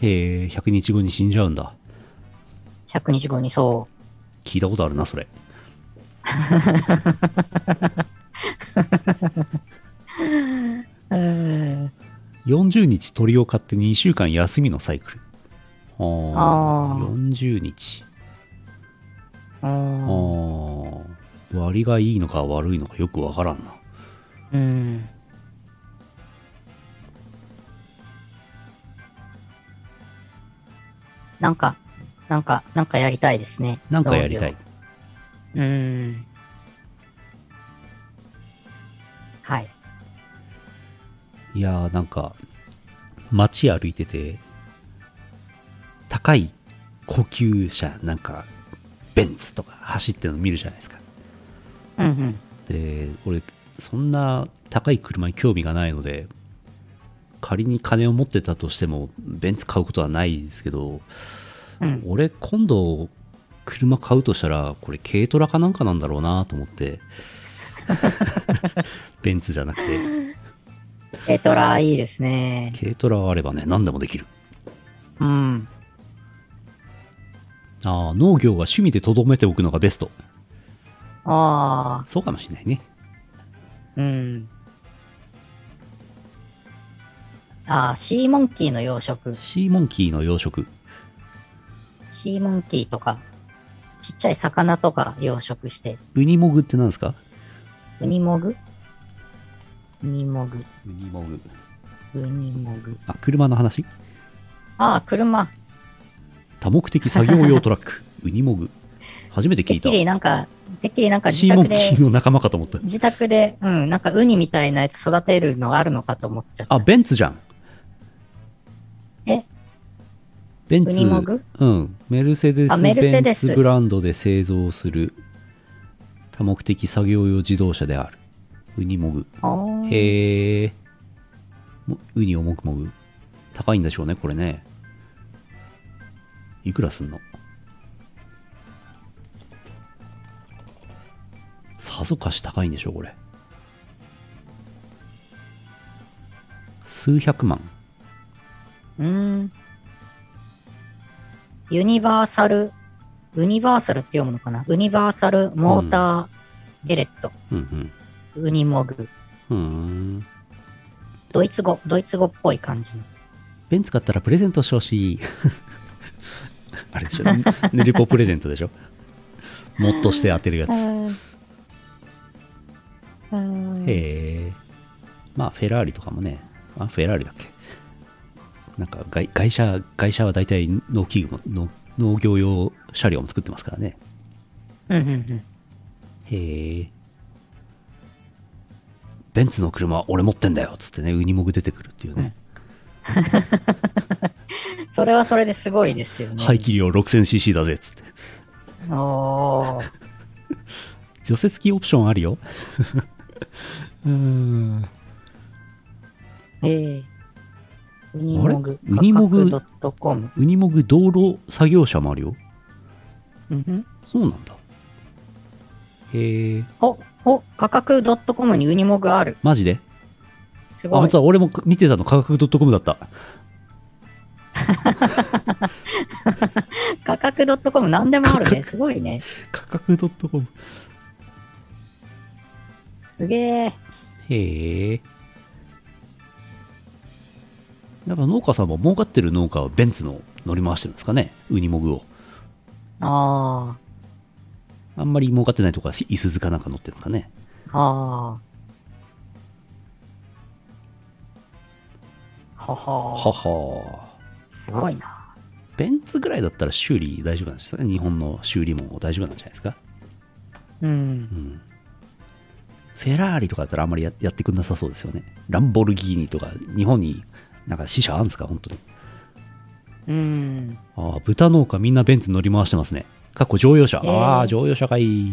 100日後に死んじゃうんだ。 100日後にそう。 聞いたことあるな、それ。40日鳥を飼って2週間休みのサイクル。40日。割がいいのか悪いのかよくわからんな。 なんかやりたいですね。 なんかやりたい。 はい。 いやー、なんか街歩いてて高い高級車なんかベンツとか走ってるの見るじゃないですか。で、俺そんな高い車に興味がないので、仮に金を持ってたとしてもベンツ買うことはないですけど、俺今度車買うとしたらこれ軽トラかなんかなんだろうなと思ってベンツじゃなくて軽トラいいですね。 軽トラあればね、何でもできる。農業は趣味でとどめておくのがベスト。そうかもしれないね。 シーモンキーの養殖。 シーモンキーとかちっちゃい魚とか養殖して。 ウニモグって何ですか？ ウニモグウニモグ。 ウニモグ。 ウニモグ。 あ、車の話。 ああ、車。 多目的作業用トラック。ウニモグ。初めて聞いた。 てっきりなんか自シーモンキ宅で、 ーの仲間かと思った。 自宅で、なんかウニみたいなやつ育てるのあるのかと思っちゃった。 あ、ベンツじゃん。 えベンツ。 ウニモグ？ うん。メルセデス・メルセベンデスツブランドで製造する多目的作業用自動車である。ウニモグ。へえ。ウニをもぐもぐ。高いんでしょうね、これね。いくらすんの？さぞかし高いんでしょう、これ。数百万。 ユニバーサルって読むのかな？ユニバーサルモーターエレット。ウニモグ。ドイツ語っぽい感じの。 ベンツ買ったらプレゼントしてほしい。あれでしょ、ヌリポプレゼントでしょ。もっとして当てるやつ。へえ。まあフェラーリとかもね。あ、フェラーリだっけ。なんか外車は大体農業用車両も作ってますからね。へえ。ベンツの車俺持ってんだよっつってね、ウニモグ出てくるっていうね。 それはそれですごいですよね。 排気量 6000cc だぜっつって。 おー。 除雪機オプションあるよ。 ウニモグ。 ウニモグ。 .com。 ウニモグ道路作業車もあるよ。そうなんだ。へえ。 価格 .com にウニモグある。 マジで？ すごい。 あ、本当は俺も見てたの価格 .com だった。 価格 .com 何でもあるね。すごいね。 価格 .com。 すげえ。 へえ。やっぱ農家さんも儲かってる農家はベンツの乗り回してるんですかね、ウニモグを。あんまり儲かってないとこはイスズかなんか乗ってるんですかね。はは。 すごいな。 ベンツぐらいだったら修理大丈夫なんですかね。日本の修理も大丈夫なんじゃないですか。フェラーリとかだったらあんまり やってくんなさそうですよね。ランボルギーニとか日本になんか支社あるんですか、本当に。豚農家みんなベンツ乗り回してますね。かっこ乗用車。乗用車かい。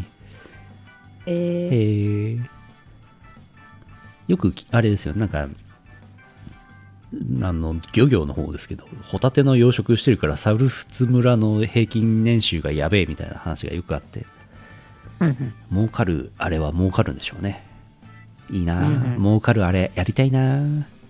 よくあれですよ、なんか漁業の方ですけど、ホタテの養殖してるからサルフツ村の平均年収がやべえみたいな話がよくあって、儲かるあれは儲かるんでしょうね。いいな、儲かるあれやりたいな。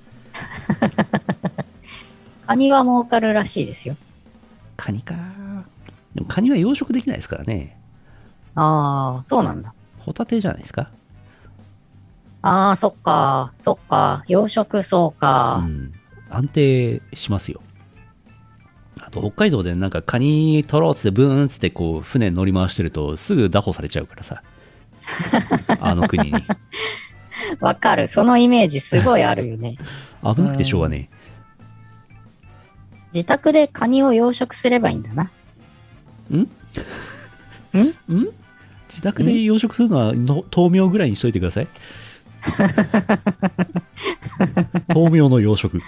カニは儲かるらしいですよ。 カニか。でもカニは養殖できないですからね。 そうなんだ。 ホタテじゃないですか。 そっか。養殖、そうか。 安定しますよ。あと北海道でなんかカニ取ろうっつってブーンっつってこう船乗り回してるとすぐ拿捕されちゃうからさ。あの国に。 わかる。そのイメージすごいあるよね。 危なくてしょうがねえ。 自宅でカニを養殖すればいいんだな。 自宅で養殖するのは豆苗ぐらいにしといてください。豆苗の養殖。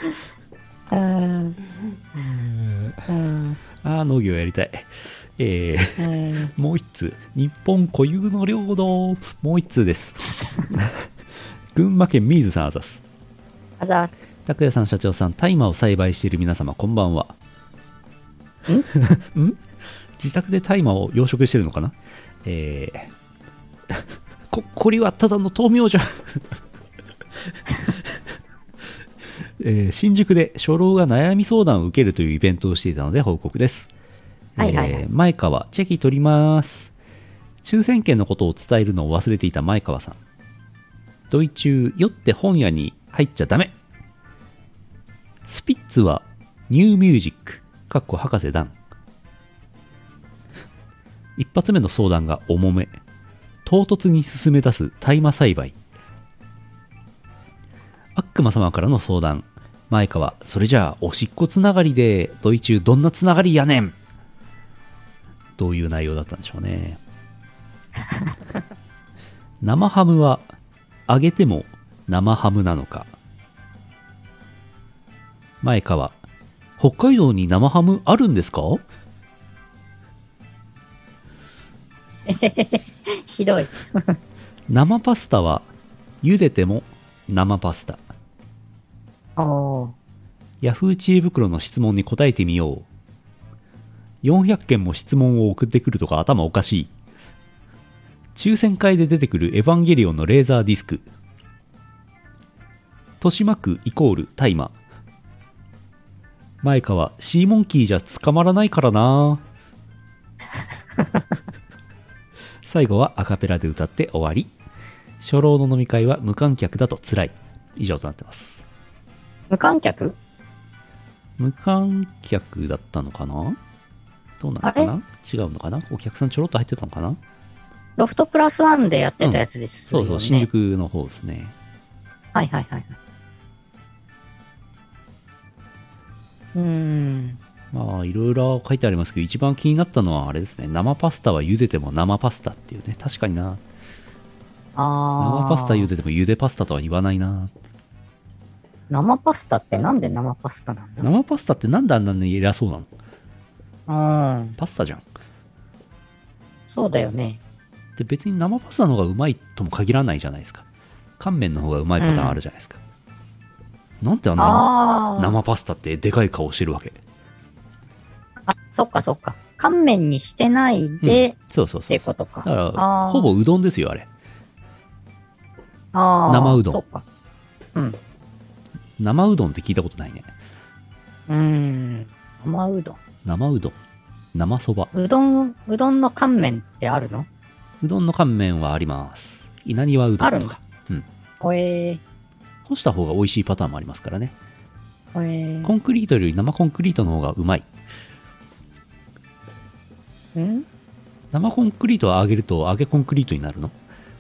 農業やりたい。もう一通。日本固有の領土。もう一通です。群馬県ミーズさん、あざす。 あざす。 拓也さん、社長さん、大麻を栽培している皆様、こんばんは。自宅で大麻を養殖してるのかな。これはただの豆苗じゃ。新宿で初老が悩み相談を受けるというイベントをしていたので報告です。前川チェキ取ります。抽選券のことを伝えるのを忘れていた前川さん。ドイ中酔って本屋に入っちゃダメ。スピッツはニューミュージックかっこ博士団。一発目の相談が重め。唐突に進め出す大麻栽培。 熊様からの相談。前川、それじゃあおしっこつながりでドイ中どんなつながりやねん。どういう内容だったんでしょうね。生ハムは揚げても生ハムなのか。前川、北海道に生ハムあるんですか？ ひどい。 生パスタは茹でても生パスタ。 おー。 ヤフー知恵袋の質問に答えてみよう。400件も質問を送ってくるとか頭おかしい。抽選会で出てくるエヴァンゲリオンのレーザーディスク。豊島区イコール大麻。前川、シーモンキーじゃ捕まらないからな。最後はアカペラで歌って終わり。初老の飲み会は無観客だと辛い。以上となってます。 無観客？ 無観客だったのかな？どうなのかな？違うのかな？お客さんちょろっと入ってたのかな？ ロフトプラスワンでやってたやつですよね。 そうそう、新宿の方ですね。 はいはいはい。 まあ、いろいろ書いてありますけど、一番気になったのはあれですね。生パスタは茹でても生パスタっていうね。確かにな。生パスタ茹でても茹でパスタとは言わないな。 生パスタってなんで生パスタなんだ？ 生パスタってなんであんなに偉そうなの？ うん。 パスタじゃん。 そうだよね。 で、別に生パスタの方がうまいとも限らないじゃないですか。乾麺の方がうまいパターンあるじゃないですか。なんであんな生パスタってでかい顔してるわけ？ あ、そっかそっか。乾麺にしてないで、 そうそうそう。 ってことか。 だから、ほぼうどんですよ、あれ。 生うどん。 そっか。うん。 生うどんって聞いたことないね。 生うどん。 生うどん。生そば。 うどんの乾麺ってあるの？ うどんの乾麺はあります。稲庭うどんとか。 あるんだ。 干した方が美味しいパターンもありますからね。 コンクリートより生コンクリートの方がうまい。生コンクリートを揚げると揚げコンクリートになるの？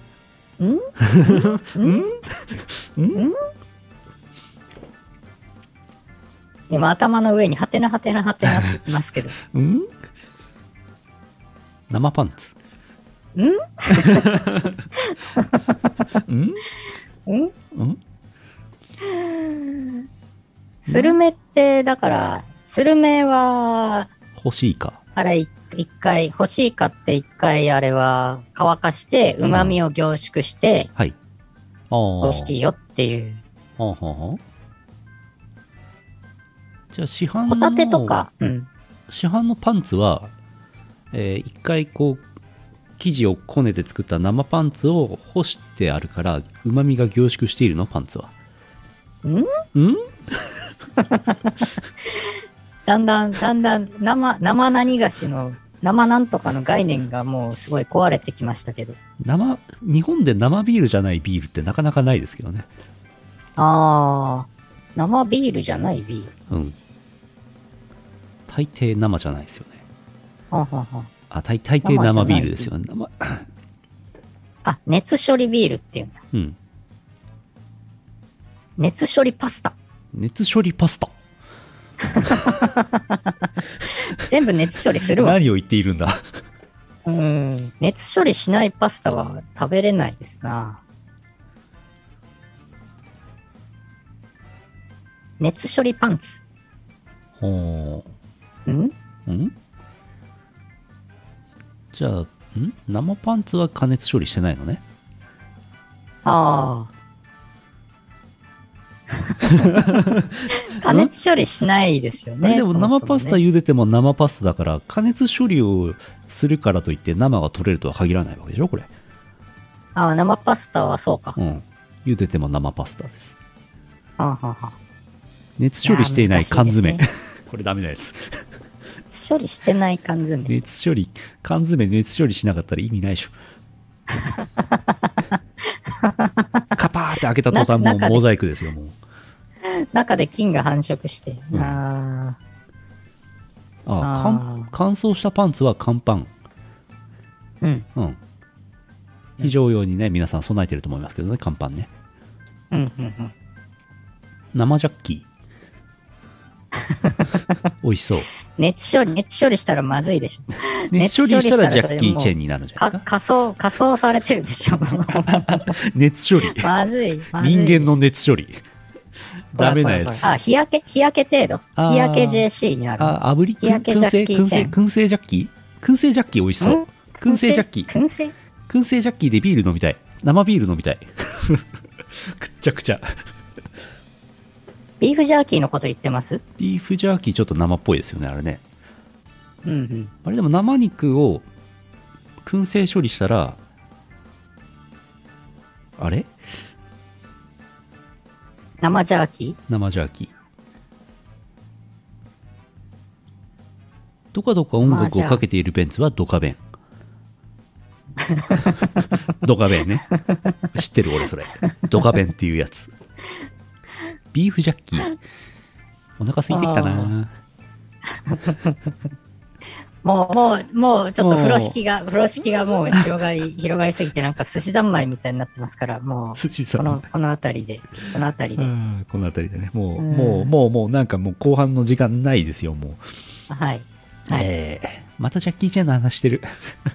今頭の上にハテナハテナハテナっていますけど。 生パンツ。 スルメって、だから、スルメは、 欲しいか。 あれ、一回、欲しいかって一回、あれは、乾かして、旨味を凝縮して、 はい。 欲しいよっていう。 じゃあ、市販の、 ホタテとか、 市販のパンツは、一回こう、生地をこねて作った生パンツを干してあるから、旨味が凝縮しているの？パンツは。 だんだん生何菓子の生なんとかの概念がもうすごい壊れてきましたけど。 日本で生ビールじゃないビールってなかなかないですけどね。 生ビールじゃないビール。 大抵生じゃないですよね。大抵生ビールですよね。 熱処理ビールっていうんだ。熱処理パスタ。 熱処理パスタ。 全部熱処理するわ。 何を言っているんだ。 熱処理しないパスタは食べれないですな。熱処理パンツ。 じゃあ、生パンツは加熱処理してないのね。 加熱処理しないですよね。 でも生パスタ茹でても生パスタだから、加熱処理をするからといって生が取れるとは限らないわけでしょ、これ。 生パスタはそうか。 茹でても生パスタです。 熱処理していない缶詰。これダメなやつ。 熱処理してない缶詰。 缶詰熱処理しなかったら意味ないでしょ。カパーって開けた途端もうモザイクですよ、もう。 中で菌が繁殖して。 乾燥したパンツは乾パン。非常用にね、皆さん備えてると思いますけどね、乾パンね。 生ジャッキー。美味しそう。 熱処理したらまずいでしょ。 熱処理したらジャッキー・チェンになるんじゃないですか。 仮装されてるでしょ。 熱処理。 まずい。 人間の熱処理。ダメなやつ。 日焼け程度。日焼け JC になる。 炙り燻製ジャッキー燻製ジャッキー美味しそう。燻製ジャッキー。燻製ジャッキーでビール飲みたい。生ビール飲みたい。くっちゃくちゃ。 ビーフジャーキーのこと言ってます？ ビーフジャーキーちょっと生っぽいですよね、あれね。 うんうん。 あれでも生肉を燻製処理したら、あれ？ 生ジャーキー？ 生ジャーキー。どかどか音楽をかけているベンツはドカベン。ドカベンね。知ってる俺それ。ドカベンっていうやつ。ビーフジャッキー。お腹空いてきたな。 もうちょっと風呂敷がもう広がりすぎてなんか寿司三昧みたいになってますから、もう寿司三昧この辺りでこの辺りでね、もうなんかもう後半の時間ないですよ、もう。 はい。 またジャッキー・チェンの話してる。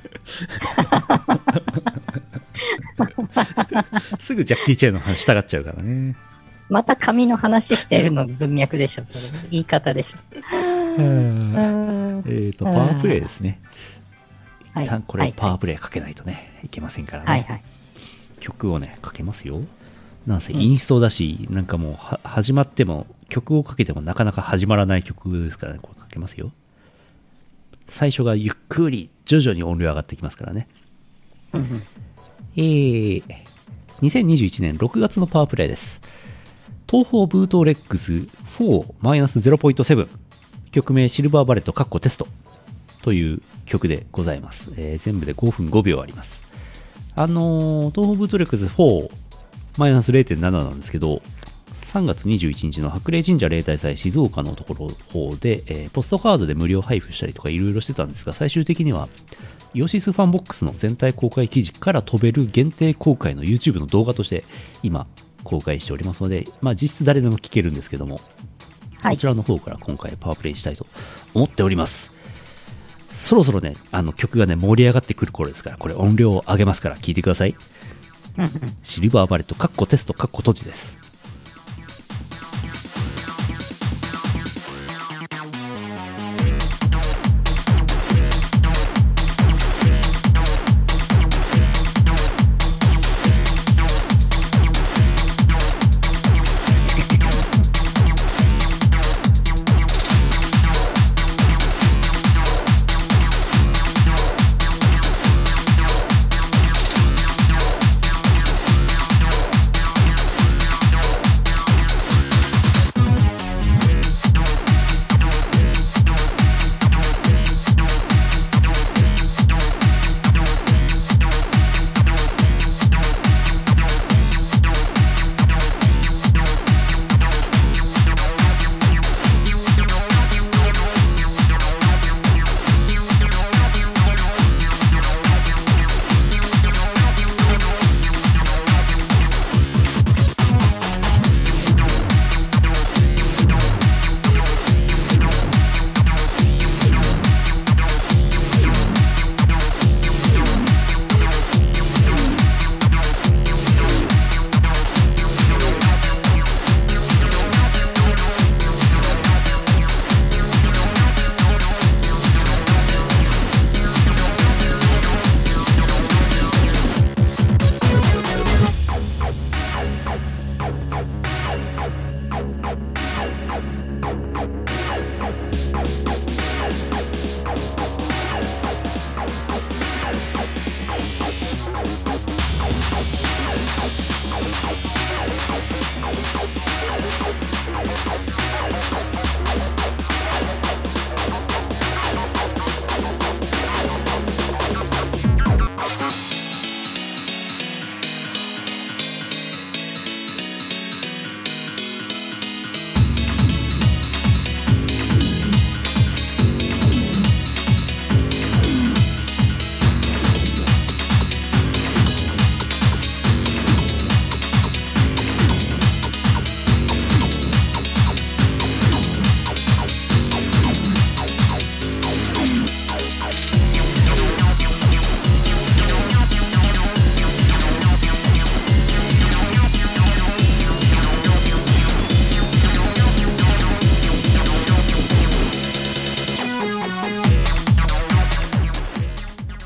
すぐジャッキー・チェンの話したがっちゃうからね。 また紙の話してるの文脈でしょ、それ言い方でしょ。 パワープレイですね。一旦これパワープレイかけないとね、いけませんからね。 はいはい。 曲をね、かけますよ。なんせインストだし、なんかもう始まっても曲をかけてもなかなか始まらない曲ですからね、これかけますよ。最初がゆっくり徐々に音量上がってきますからね。2021年6月のパワープレイです。東方ブートレックス 4-0.7 曲名シルバーバレットテストという曲でございます。全部で5分5秒あります。東方ブートレックス 4-0.7 なんですけど、3月21日の白麗神社例大祭静岡のところ方で、ポストカードで無料配布したりとかいろいろしてたんですが、最終的にはイオシスファンボックスの全体公開記事から飛べる限定公開の YouTube の動画として今公開しておりますので、実質誰でも聞けるんですけども、こちらの方から今回パワープレイしたいと思っております。そろそろね、曲がね盛り上がってくる頃ですから、これ音量を上げますから聞いてください。シルバーバレットテスト閉じです。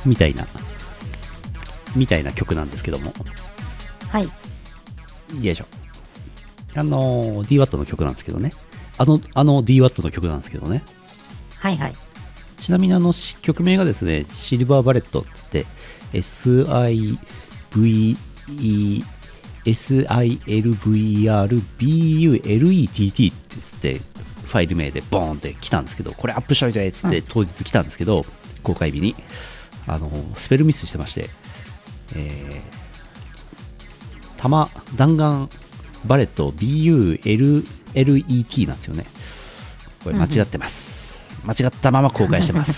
みたいな曲なんですけども。 はい。 よいしょ。DWAT の曲なんですけどね。DWAT の曲なんですけどね。 はいはい。 ちなみに曲名がですね、シルバーバレットっつって、SILVRBULETT ってつって、ファイル名でボーンって来たんですけど、これアップしといてっつって当日来たんですけど、公開日に、スペルミスしてまして、弾丸バレット BULLET なんですよね。これ間違ってます。間違ったまま公開してます。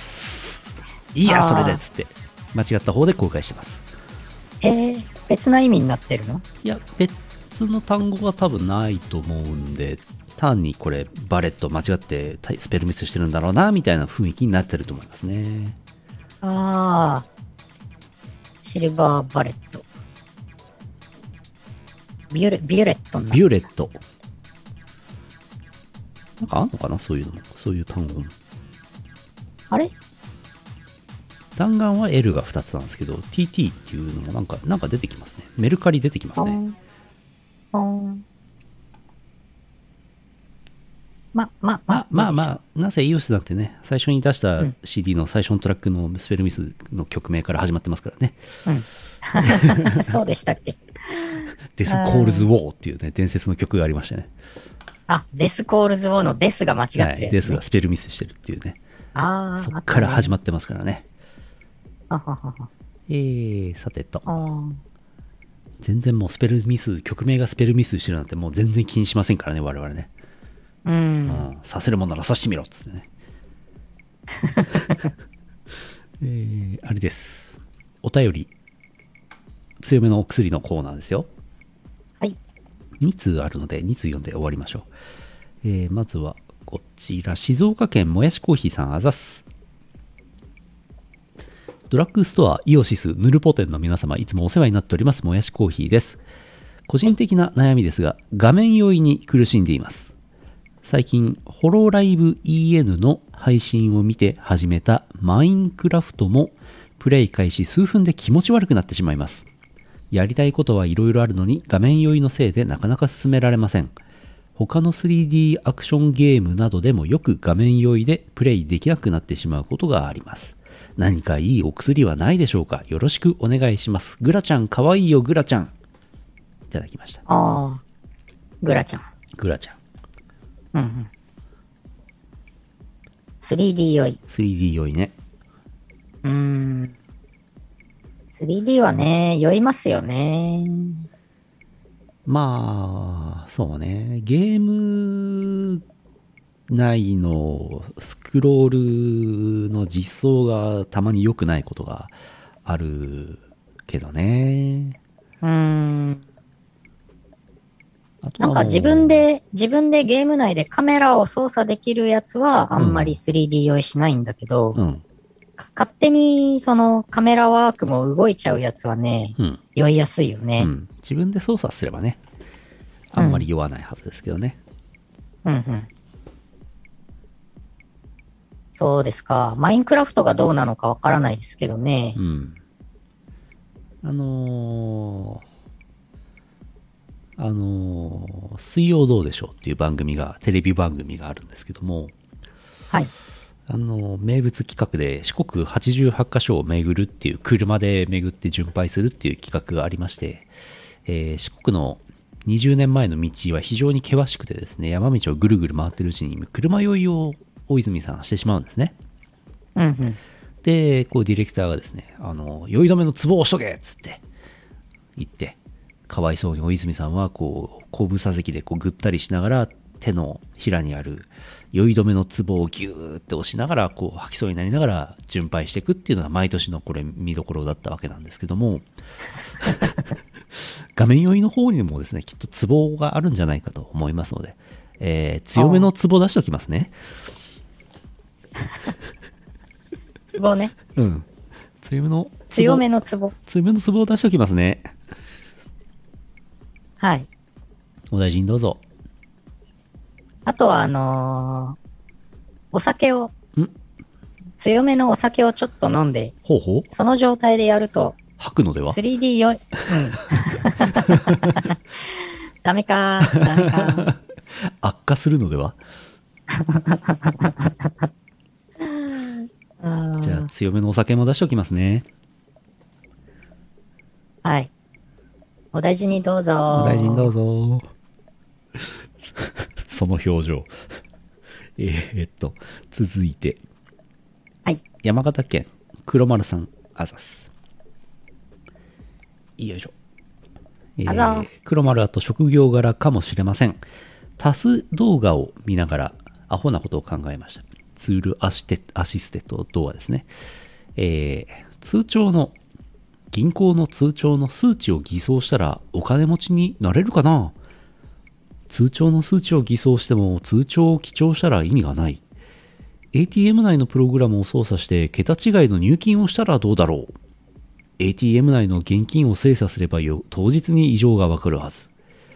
いいや、それでっつって、間違った方で公開してます。 別な意味になってるの？ いや、別の単語が多分ないと思うんで、単にこれ、バレット間違ってスペルミスしてるんだろうな、みたいな雰囲気になってると思いますね。 シルバーバレット。ビュレット。 ビュレット。なんかあんのかな、そういうのも。そういう単語も。 あれ？ 弾丸は L が2つなんですけど、TT っていうのもなんか出てきますね。メルカリ出てきますね。まあ、なぜイオシスなんてね、最初に出した CD の最初のトラックのスペルミスの曲名から始まってますからね。 そうでしたっけ？ デスコールズウォーっていうね、伝説の曲がありましたね。 デスコールズウォーのデスが間違ってるやつ、ね。 デスがスペルミスしてるっていうね。そっから始まってますからね。さてと。全然もう曲名がスペルミスしてるなんてもう全然気にしませんからね、我々ね。させるもんならさしてみろっつってね。あれです。お便り、強めのお薬のコーナーですよ。 はい。 2通あるので、2通読んで終わりましょう。まずは、こちら、静岡県もやしコーヒーさん、あざっす。ドラッグストアイオシスヌルポ店の皆様、いつもお世話になっております、もやしコーヒーです。個人的な悩みですが、画面酔いに苦しんでいます。最近、ホロライブ EN の配信を見て始めたマインクラフトも、プレイ開始数分で気持ち悪くなってしまいます。やりたいことはいろいろあるのに、画面酔いのせいでなかなか進められません。他の 3D アクションゲームなどでもよく画面酔いでプレイできなくなってしまうことがあります。何かいいお薬はないでしょうか？よろしくお願いします。グラちゃん、かわいいよ、グラちゃん。いただきました。 グラちゃん。 グラちゃん。 3D 酔い。 3D 酔いね。 3D はね、酔いますよね。 まあ、そうね。ゲーム内のスクロールの実装がたまに良くないことがあるけどね。 なんか自分でゲーム内でカメラを操作できるやつはあんまり 3D 酔いしないんだけど、勝手にそのカメラワークも動いちゃうやつはね、酔いやすいよね、 自分で操作すればね、あんまり酔わないはずですけどね。 そうですか。マインクラフトがどうなのかわからないですけどね。 水曜どうでしょうっていうテレビ番組があるんですけども、 はい。 名物企画で四国88カ所を巡るっていう、車で巡って巡拝するっていう企画がありまして、四国の20年前の道は非常に険しくてですね、山道をぐるぐる回ってるうちに車酔いを大泉さんしてしまうんですね。で、こうディレクターがですね、酔い止めのツボを押しとけっつって言って、かわいそうに大泉さんはこう後部座席でこうぐったりしながら手のひらにある酔い止めのツボをギューって押しながらこう吐きそうになりながら巡拝していくっていうのが毎年のこれ見どころだったわけなんですけども画面酔いの方にもですねきっとツボがあるんじゃないかと思いますので、強めのツボ出しておきますね。 ツボね。 強めのツボ。 強めのツボを出しておきますね。 はい。 お大事にどうぞ。 あとはお酒を強めのお酒をちょっと飲んで、 ほうほう。 その状態でやると、 吐くのでは？ 3D よ、うん。ダメか、ダメか。 悪化するのでは？じゃあ強めのお酒も出しておきますね。 はい。お大事にどうぞ。 お大事にどうぞ。その表情。続いて。 はい。 山形県黒丸さん、あざす。よいしょ。 あざす。 黒丸あと職業柄かもしれません。タス動画を見ながらアホなことを考えました。ツールアシステと動画ですね。通帳の銀行の通帳の数値を偽装したらお金持ちになれるかな？通帳の数値を偽装しても通帳を記帳したら意味がない。ATM 内のプログラムを操作して桁違いの入金をしたらどうだろう。ATM 内の現金を精査すれば当日に異常がわかるはず。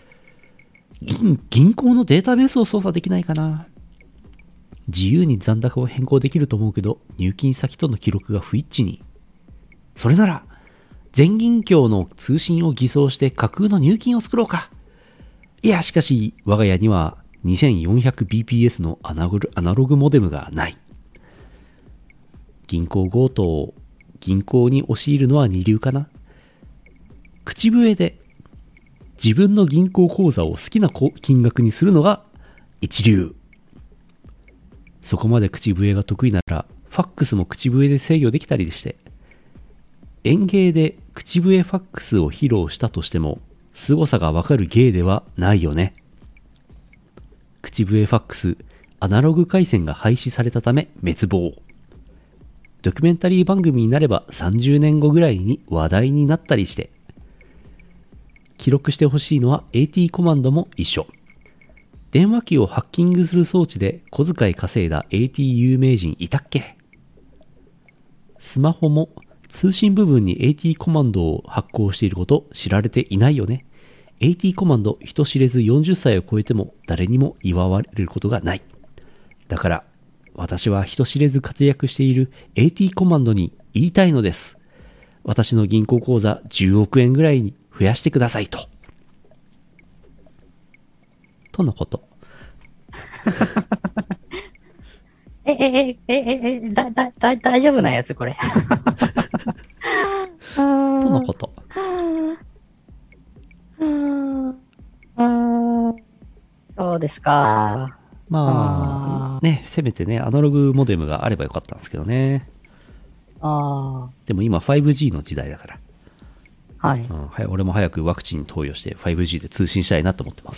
銀行のデータベースを操作できないかな。自由に残高を変更できると思うけど入金先との記録が不一致に。それなら全銀協の通信を偽装して架空の入金を作ろうか。いやしかし我が家には 2400bps のアナログモデムがない。銀行強盗、銀行に押し入るのは二流かな。口笛で自分の銀行口座を好きな金額にするのが一流。そこまで口笛が得意ならファックスも口笛で制御できたりして、演芸で口笛ファックスを披露したとしても凄さがわかる芸ではないよね。口笛ファックスアナログ回線が廃止されたため滅亡。ドキュメンタリー番組になれば30年後ぐらいに話題になったりして。記録してほしいのは AT コマンドも一緒。電話機をハッキングする装置で小遣い稼いだ AT 有名人いたっけ？スマホも通信部分に AT コマンドを発行していること知られていないよね。AT コマンド人知れず40歳を超えても誰にも祝われることがない。だから私は人知れず活躍している AT コマンドに言いたいのです。私の銀行口座10億円ぐらいに増やしてくださいと。とのこと。 大丈夫なやつこれ。 とのこと。 そうですか。 まあ、ね、せめてね、アナログモデムがあればよかったんですけどね。でも今 5G の時代だから。 はい。 俺も早くワクチン投与して 5G で通信したいなと思ってます。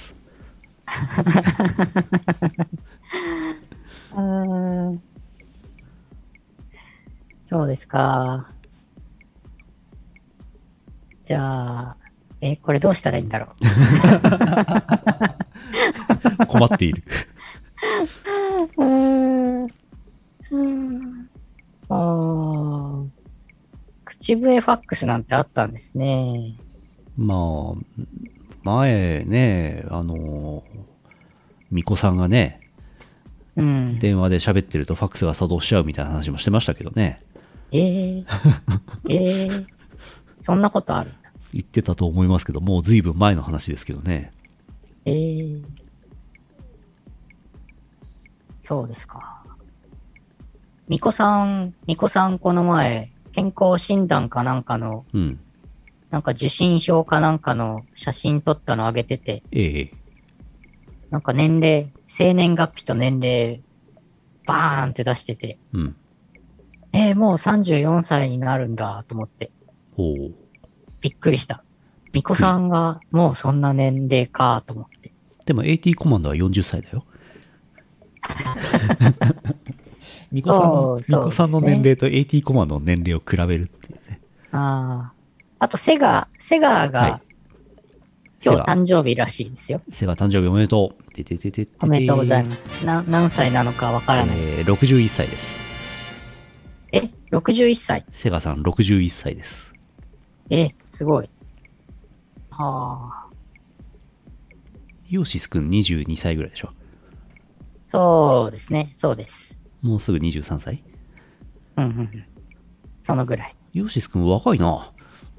そうですか。じゃあ、これどうしたらいいんだろう。困っている。 口笛ファックスなんてあったんですね。 まあ、前ね、巫女さんがね、電話で喋ってるとファックスが作動しちゃうみたいな話もしてましたけどね。 そんなことあるんだ。 言ってたと思いますけど、もう随分前の話ですけどね。 そうですか。巫女さんこの前、健康診断かなんかの、なんか受診票かなんかの写真撮ったの上げてて、なんか年齢、生年月日と年齢、バーンって出してて、もう34歳になるんだと思って、びっくりした。巫女さんがもうそんな年齢かと思って。 でも AT コマンドは40歳だよ。巫女さんの年齢と AT コマンドの年齢を比べるっていうね。 あとセガが、今日誕生日らしいですよ。 セガ誕生日おめでとう。 おめでとうございます。何歳なのかわからないです。 61歳です。 61歳。 セガさん61歳です。 すごい。 ヨーシスくん22歳ぐらいでしょ。 そうですね、そうです。 もうすぐ23歳うんうんうん。そのぐらい。 イオシスくん若いな。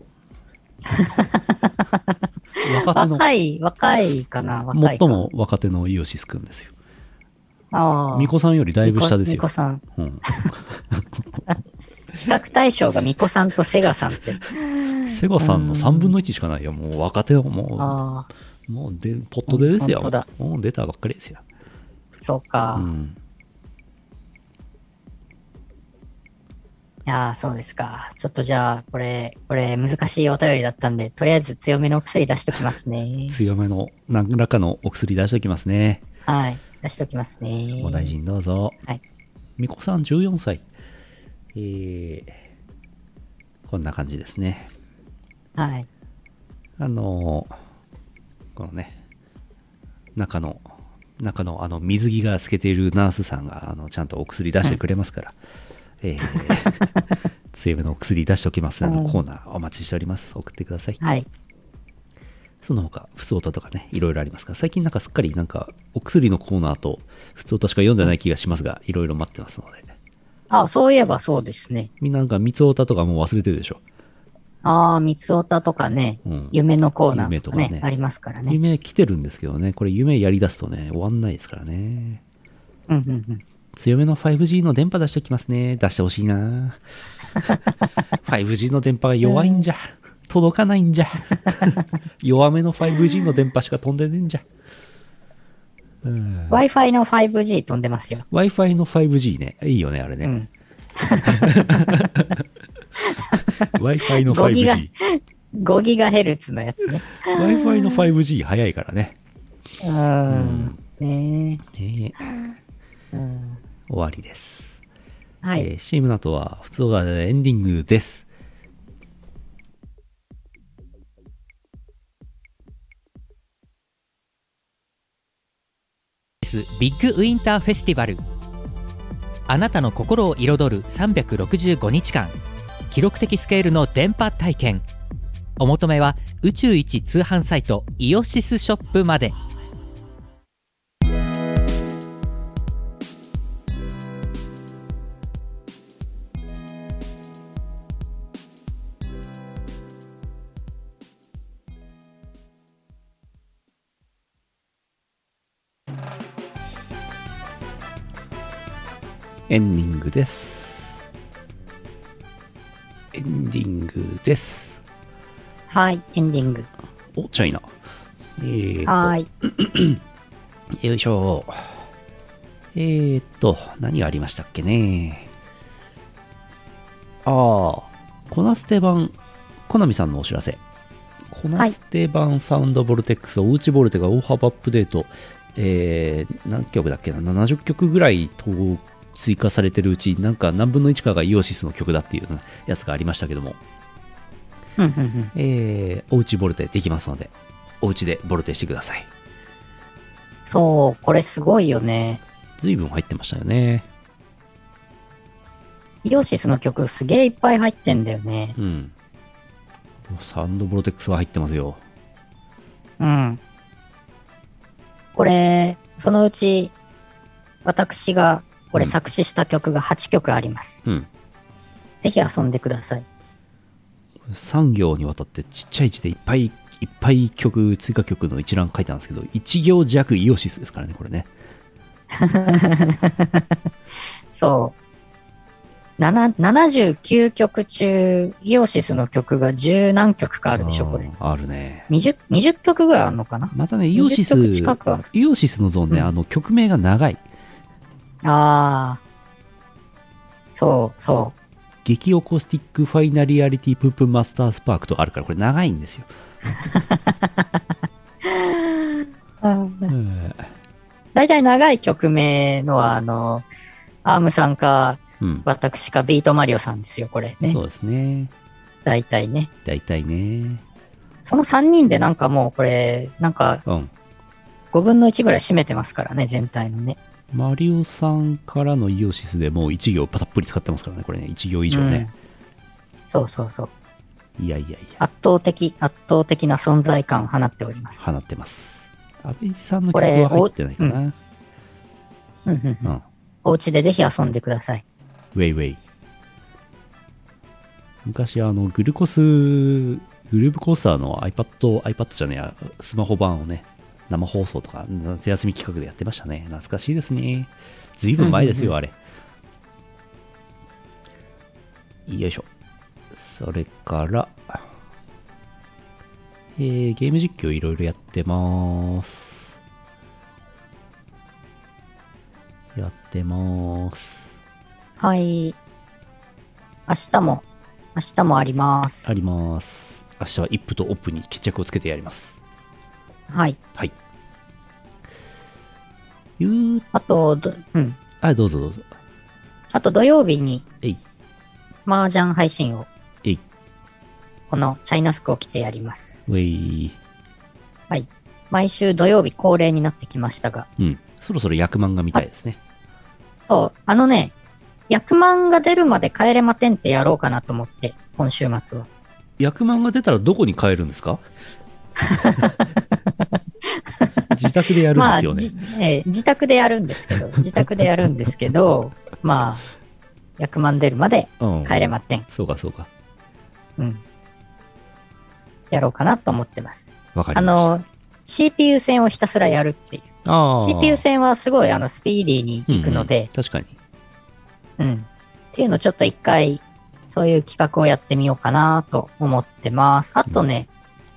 若いかな、若いか。 最も若手のイオシスくんですよ。 ああ。 ミコさんよりだいぶ下ですよ。 ミコさん。 うん。 比較対象がミコさんとセガさんって。 セガさんの3分の1しかないよ。もう若手の、 ああ。 もうポットでですよ。 本当だ。 もう出たばっかりですよ。 そうか。 うん。 いやー、そうですか。ちょっとじゃあ、これ難しいお便りだったんで、とりあえず強めのお薬出しときますね。 強めの何らかのお薬出しておきますね。 はい。出しときますね。 お大事にどうぞ。 はい。 みこさん14歳。こんな感じですね。 はい。 このね、中の水着が透けているナースさんがちゃんとお薬出してくれますから、強めのお薬出しておきますコーナーお待ちしております。送ってください。 はい。 その他、普通歌とかね、いろいろありますから、最近なんかすっかりなんかお薬のコーナーと普通歌しか読んでない気がしますが、いろいろ待ってますので。 あ、そういえばそうですね。 みんななんか三つ歌とかもう忘れてるでしょ。 ああ、三つおたとかね、夢のコーナーとかね、 夢とかねありますからね。 夢来てるんですけどね、これ夢やり出すとね、終わんないですからね。 うんうんうん。 強めの 5G の電波出しておきますね。出してほしいな。5G の電波が弱いんじゃ。届かないんじゃ。弱めの 5G の電波しか飛んでねえんじゃ。 Wi-Fi の 5G 飛んでますよ。 Wi-Fi の 5G ね。いいよね、あれね。 うん。 Wi-Fi の 5G。 5GHz のやつね。 Wi-Fi の 5G 早いからね。 ねねえ。 終わりです。 はい。 CM の後は普通がエンディングです。 ビッグウィンターフェスティバル。あなたの心を彩る365日間、記録的スケールの電波体験。お求めは宇宙一通販サイトイオシスショップまで。 エンディングです。エンディングです。 はい、エンディング。 お、チャイナ。 はい。 よいしょ。何がありましたっけね。コナステ版、コナミさんのお知らせ。コナステ版サウンドボルテックス、おうちボルテが大幅アップデート。何曲だっけな、70曲ぐらい追加されてるうち、なんか何分の1かがイオシスの曲だっていうやつがありましたけども、おうちボルテできますので、おうちでボルテしてください。 そう、これすごいよね。 随分入ってましたよね。 イオシスの曲すげえいっぱい入ってんだよね。 うん。サウンドボルテックスは入ってますよ。 うん。これ、そのうち、私がこれ作詞した曲が8曲あります。 うん。 ぜひ遊んでください。 3行にわたってちっちゃい字でいっぱい曲、追加曲の一覧書いてあるんですけど、1行弱イオシスですからね、これね。 そう。79曲中、イオシスの曲が10何曲かあるでしょ、これ。 あるね。 20曲ぐらいあるのかな。 またね、イオシスのゾーンね、曲名が長い。そうそう。 激オコスティックファイナリアリティプンプンマスタースパークとあるから、これ長いんですよ。 だいたい長い曲名のは、アームさんか、私かビートマリオさんですよ、これね。 そうですね。 だいたいね。その3人でなんかもうこれ、なんか、5分の1ぐらい占めてますからね、全体のね。 マリオさんからのイオシスでもう1行たっぷり使ってますからね、これね、1行以上ね。 そうそうそう。 いや。 圧倒的な存在感を放っております。 放ってます。安倍さんの曲は入ってないかな。 お家でぜひ遊んでください。 ウェイウェイ。 昔グルーブコースターの iPad じゃねえや、スマホ版をね、生放送とか夏休み企画でやってましたね。懐かしいですね。ずいぶん前ですよ、あれ。よいしょ。それから、ゲーム実況いろいろやってます。 はい。明日もあります。 あります。明日はイップとオップに決着をつけてやります。 はい。 はい。 あと、 どうぞ。 あと土曜日に、 えい。 麻雀配信を、 えい。 このチャイナ服を着てやります。 ウェイ。 はい。毎週土曜日恒例になってきましたが。 うん。そろそろ役満が見たいですね。 そう。役満が出るまで帰れまてんってやろうかなと思って、今週末は。 役満が出たらどこに帰るんですか？自宅でやるんですよね。 自宅でやるんですけど、まあ、役満出るまで帰れまってん。 そうか。 うん。やろうかなと思ってます。 わかりました。 CPU 戦をひたすらやるっていう。CPU 戦はすごいスピーディーに行くので、 確かに。 うん。っていうのをちょっと一回、そういう企画をやってみようかなと思ってます。あとね、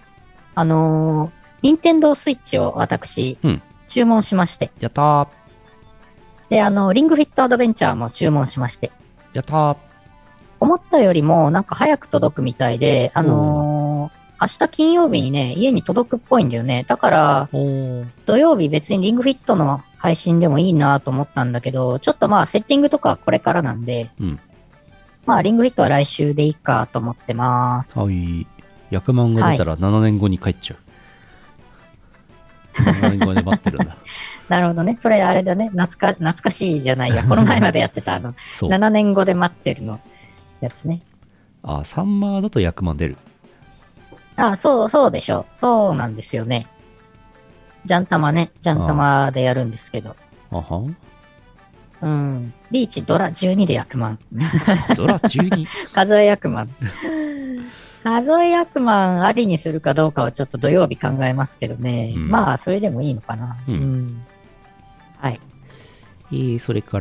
任天堂スイッチを私、注文しまして。 やったー。 で、リングフィットアドベンチャーも注文しまして。 やったー。 思ったよりもなんか早く届くみたいで、明日金曜日にね、家に届くっぽいんだよね。だから、土曜日別にリングフィットの配信でもいいなと思ったんだけど、ちょっとまあセッティングとかこれからなんで、まあリングフィットは来週でいいかと思ってます。 はい。役満が出たら7年後に帰っちゃう。7年後で待ってるんだ。 なるほどね。それあれだね。懐かしいじゃないや。この前までやってた7年後で待ってるのやつね。 サンマーだと役満出る。 そうでしょ。そうなんですよね。ジャンタマでやるんですけど。うん。リーチドラ12で役満。 ドラ 12？ 数え役満。数え役満ありにするかどうかはちょっと土曜日考えますけどね。まあ、それでもいいのかな。はい。 それから、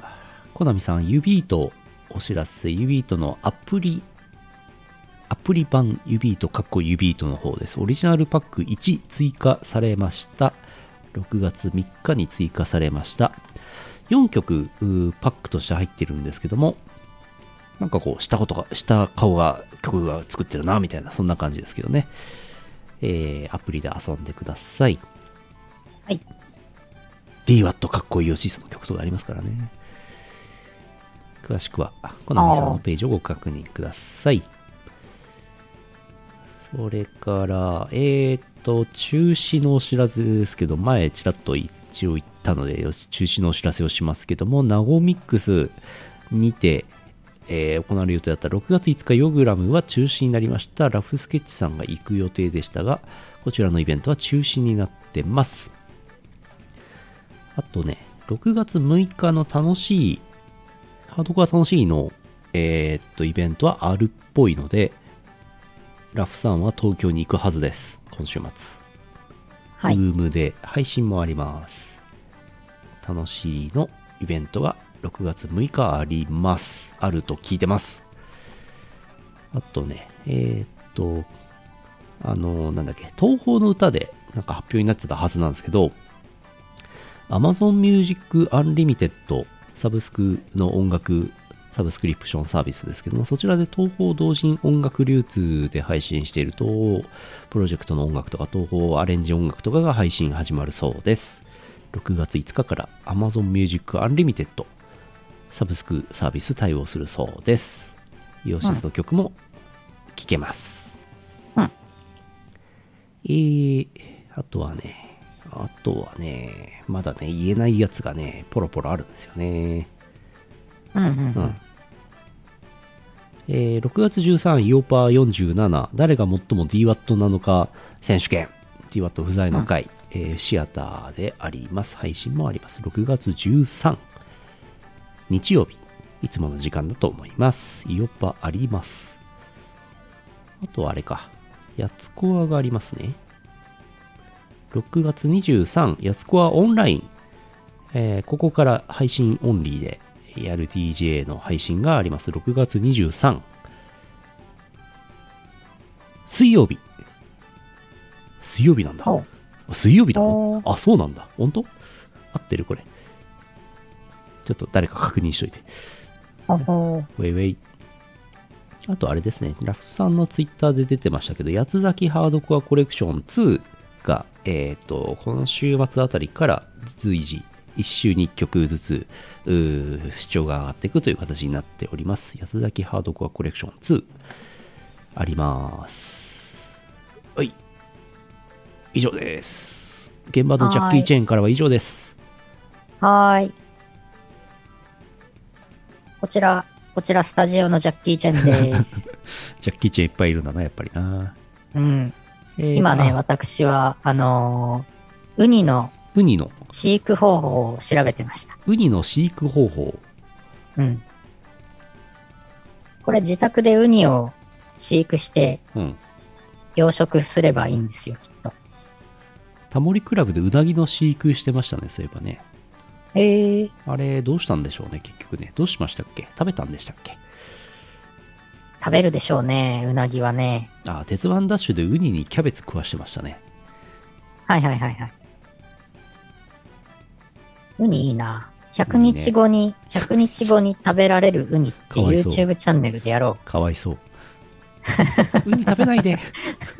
コナミさん、ユビートお知らせ、ユビートのアプリ版ユビートユビートの方です。オリジナルパック1追加されました。6月3日に追加されました。4曲パックとして入ってるんですけども、なんかこう、した顔が曲が作ってるな、みたいな、そんな感じですけどね。アプリで遊んでください。 はい。 DWAT かっこいいオシスの曲とかありますからね。詳しくは、コナミさんのページをご確認ください。それから、中止のお知らせですけど、前ちらっと一応言ったので、中止のお知らせをしますけども、ナゴミックスにて、行われる予定だった6月5日ヨグラムは中止になりました。ラフスケッチさんが行く予定でしたが、こちらのイベントは中止になってます。あとね、6月6日のハードコア楽しいの、イベントはあるっぽいので、ラフさんは東京に行くはずです。今週末。 はい。 ズームで配信もあります。楽しいのイベントが6月6日あります。あると聞いてます。あとね、なんだっけ、東宝の歌でなんか発表になってたはずなんですけど、Amazon Music Unlimited サブスクの音楽サブスクリプションサービスですけども、そちらで東宝同人音楽流通で配信している東宝プロジェクトの音楽とか東宝アレンジ音楽とかが配信始まるそうです。6月5日から Amazon Music Unlimited サブスクサービス対応するそうです。イオシスの曲も聴けます。あとはね、まだね、言えないやつがね、ポロポロあるんですよね。6月13、イオパー47、誰が最も DWAT なのか選手権、DWAT 不在の会、シアターであります。配信もあります。6月13、日曜日、いつもの時間だと思います。イオパあります。 あとあれか。やつこアがありますね。6月23、やつこアオンライン。ここから配信オンリーでやる TGA の配信があります。6月23。水曜日。水曜日なんだ。 ほ水曜日だの？あ、そうなんだ。本当？合ってるこれ。ちょっと誰か確認しといて。 ほほウェイウェイ。あとあれですね、ラフさんのツイッターで出てましたけど、八つ咲きハードコアコレクション2が、今週末あたりから随時、1週に1曲ずつ、視聴が上がっていくという形になっております。八つ咲きハードコアコレクション2、あります。はい。以上です。現場のジャッキー・チェーンからは以上です。 はーい。こちらスタジオのジャッキー・チェンです。 ジャッキー・チェーンいっぱいいるんだな、やっぱりな。 うん。今ね、私は、ウニの飼育方法を調べてました。 ウニの飼育方法。 うん。これ自宅でウニを飼育して、養殖すればいいんですよ、きっと。 タモリクラブでウナギの飼育してましたね、そういえばね。あれ、どうしたんでしょうね、結局ね。どうしましたっけ？食べたんでしたっけ？ 食べるでしょうね、ウナギはね。 あ、鉄腕ダッシュでウニにキャベツ食わしてましたね。 はいはいはいはい。ウニいいな。100日後に食べられるウニって YouTube チャンネルでやろう。 かわいそう。ウニ食べないで。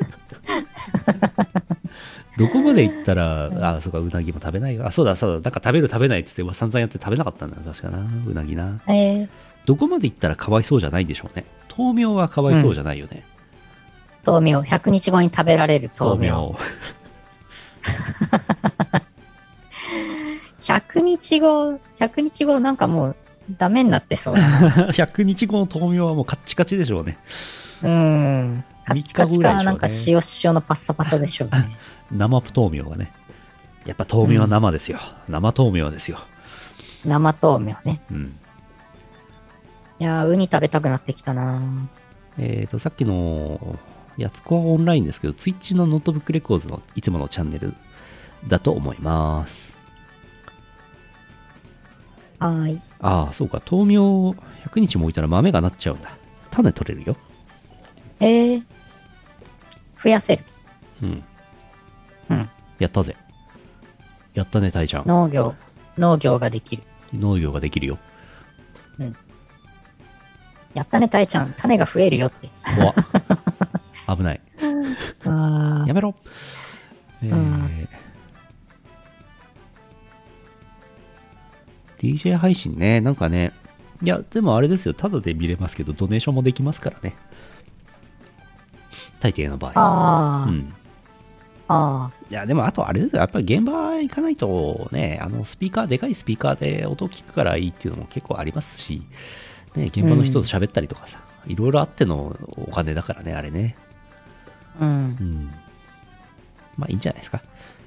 どこまで行ったら、あ、そうか、うなぎも食べないよ。あ、そうだ、なんか食べないっつって、散々やって食べなかったんだよ、確かな、うなぎな。どこまで行ったらかわいそうじゃないんでしょうね。豆苗はかわいそうじゃないよね。 豆苗、100日後に食べられる豆苗。100日後なんかもうダメになってそうだな。 100日後の豆苗はもうカッチカチでしょうね。 カッチカチか、なんか塩のパッサパサでしょうね。 生豆苗がね。やっぱ豆苗は生ですよ。生豆苗ですよ。 生豆苗ね。いやー、ウニ食べたくなってきたな。 さっきのやつこはオンラインですけど、ツイッチのノートブックレコーズのいつものチャンネルだと思います。 はい。 ああ、そうか。豆苗100日も置いたら豆がなっちゃうんだ。種取れるよ。 増やせる。 やったぜ。やったね、タイちゃん。 農業ができる。 農業ができるよ。 やったね、タイちゃん。種が増えるよって。 怖っ。危ない。やめろ。DJ 配信ね、なんかね、いや、でもあれですよ、ただで見れますけど、ドネーションもできますからね。大抵の場合。いや、でもあとあれですよ、やっぱり現場行かないとね、スピーカー、でかいスピーカーで音を聞くからいいっていうのも結構ありますし、ね、現場の人と喋ったりとかさ、いろいろあってのお金だからね、あれね。まあいいんじゃないですか。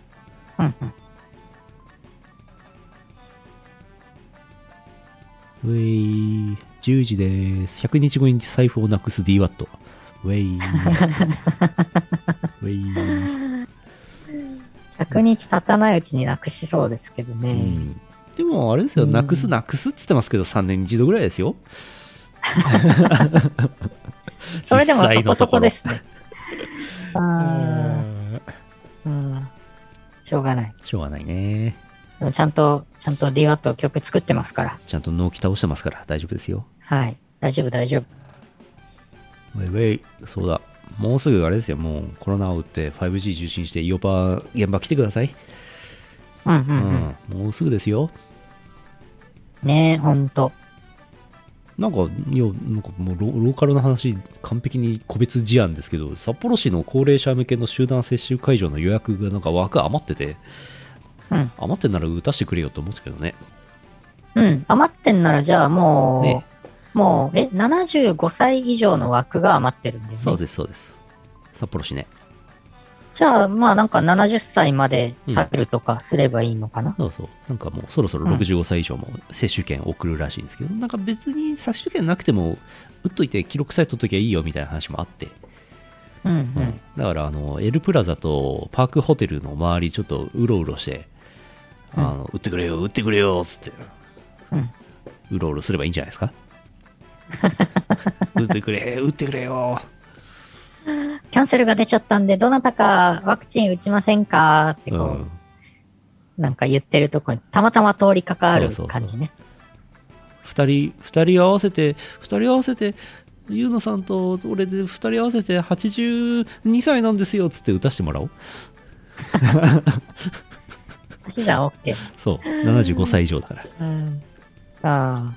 ウェイ、10時です。100日後に財布をなくす DWAT。ウェイ。ウェイ。 100日経たないうちになくしそうですけどね。 でもあれですよ、なくすって言ってますけど、3年に一度ぐらいですよ。 それでもそこそこですね。しょうがない。 しょうがないね。 ちゃんと DWAT 曲作ってますから。 ちゃんと納期倒してますから大丈夫ですよ。 はい。大丈夫。 ウェイウェイ。そうだ。もうすぐあれですよ。もうコロナを打って 5G 受信してイオパ現場来てください。もうすぐですよ。 ねえ、ほんと。 なんかもうローカルな話、完璧に個別事案ですけど、札幌市の高齢者向けの集団接種会場の予約がなんか枠余ってて、余ってんなら打たしてくれよと思うんですけどね。 余ってんならじゃあもう、75歳以上の枠が余ってるんですね。 そうです。札幌市ね。 じゃあ、まあなんか70歳まで下げるとかすればいいのかな。 そう。なんかもうそろそろ65歳以上も接種券送るらしいんですけど、なんか別に接種券なくても打っといて記録さえ取っときゃいいよみたいな話もあって、 うんうん。 だからエルプラザとパークホテルの周りちょっとうろうろして、撃ってくれよ撃ってくれよっつって、うろうろすればいいんじゃないですか。撃ってくれ撃ってくれよ。 キャンセルが出ちゃったんで、どなたかワクチン打ちませんかってこう、なんか言ってるとこにたまたま通りかかる感じね。 二人合わせてゆうのさんと俺で2人合わせて82歳なんですよっつって打たしてもらおう。 足し算 OK。 そう75歳以上だから。 ああ。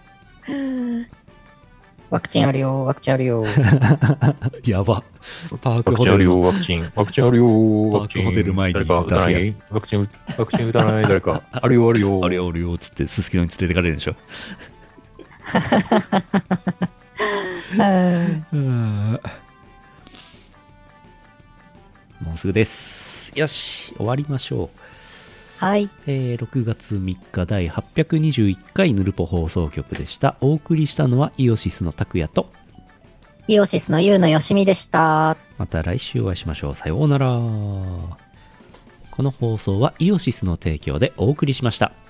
ワクチンあるよ、ワクチンあるよ。 やば。パーワクホテルのクチンあるよ、ワクチン。ワクチンあるよ、ワクチン。 パークホテル前に誰か打たないワクチン打たない誰か。あるよ、あるよ。 あれよあれよっつってすすきのに連れてかれるんでしょ。もうすぐです。よし終わりましょう。 はい。 6月3日第821回ヌルポ放送局でした。お送りしたのはイオシスの拓也とイオシスのユウのよしみでした。 また来週お会いしましょう。さようなら。この放送はイオシスの提供でお送りしました。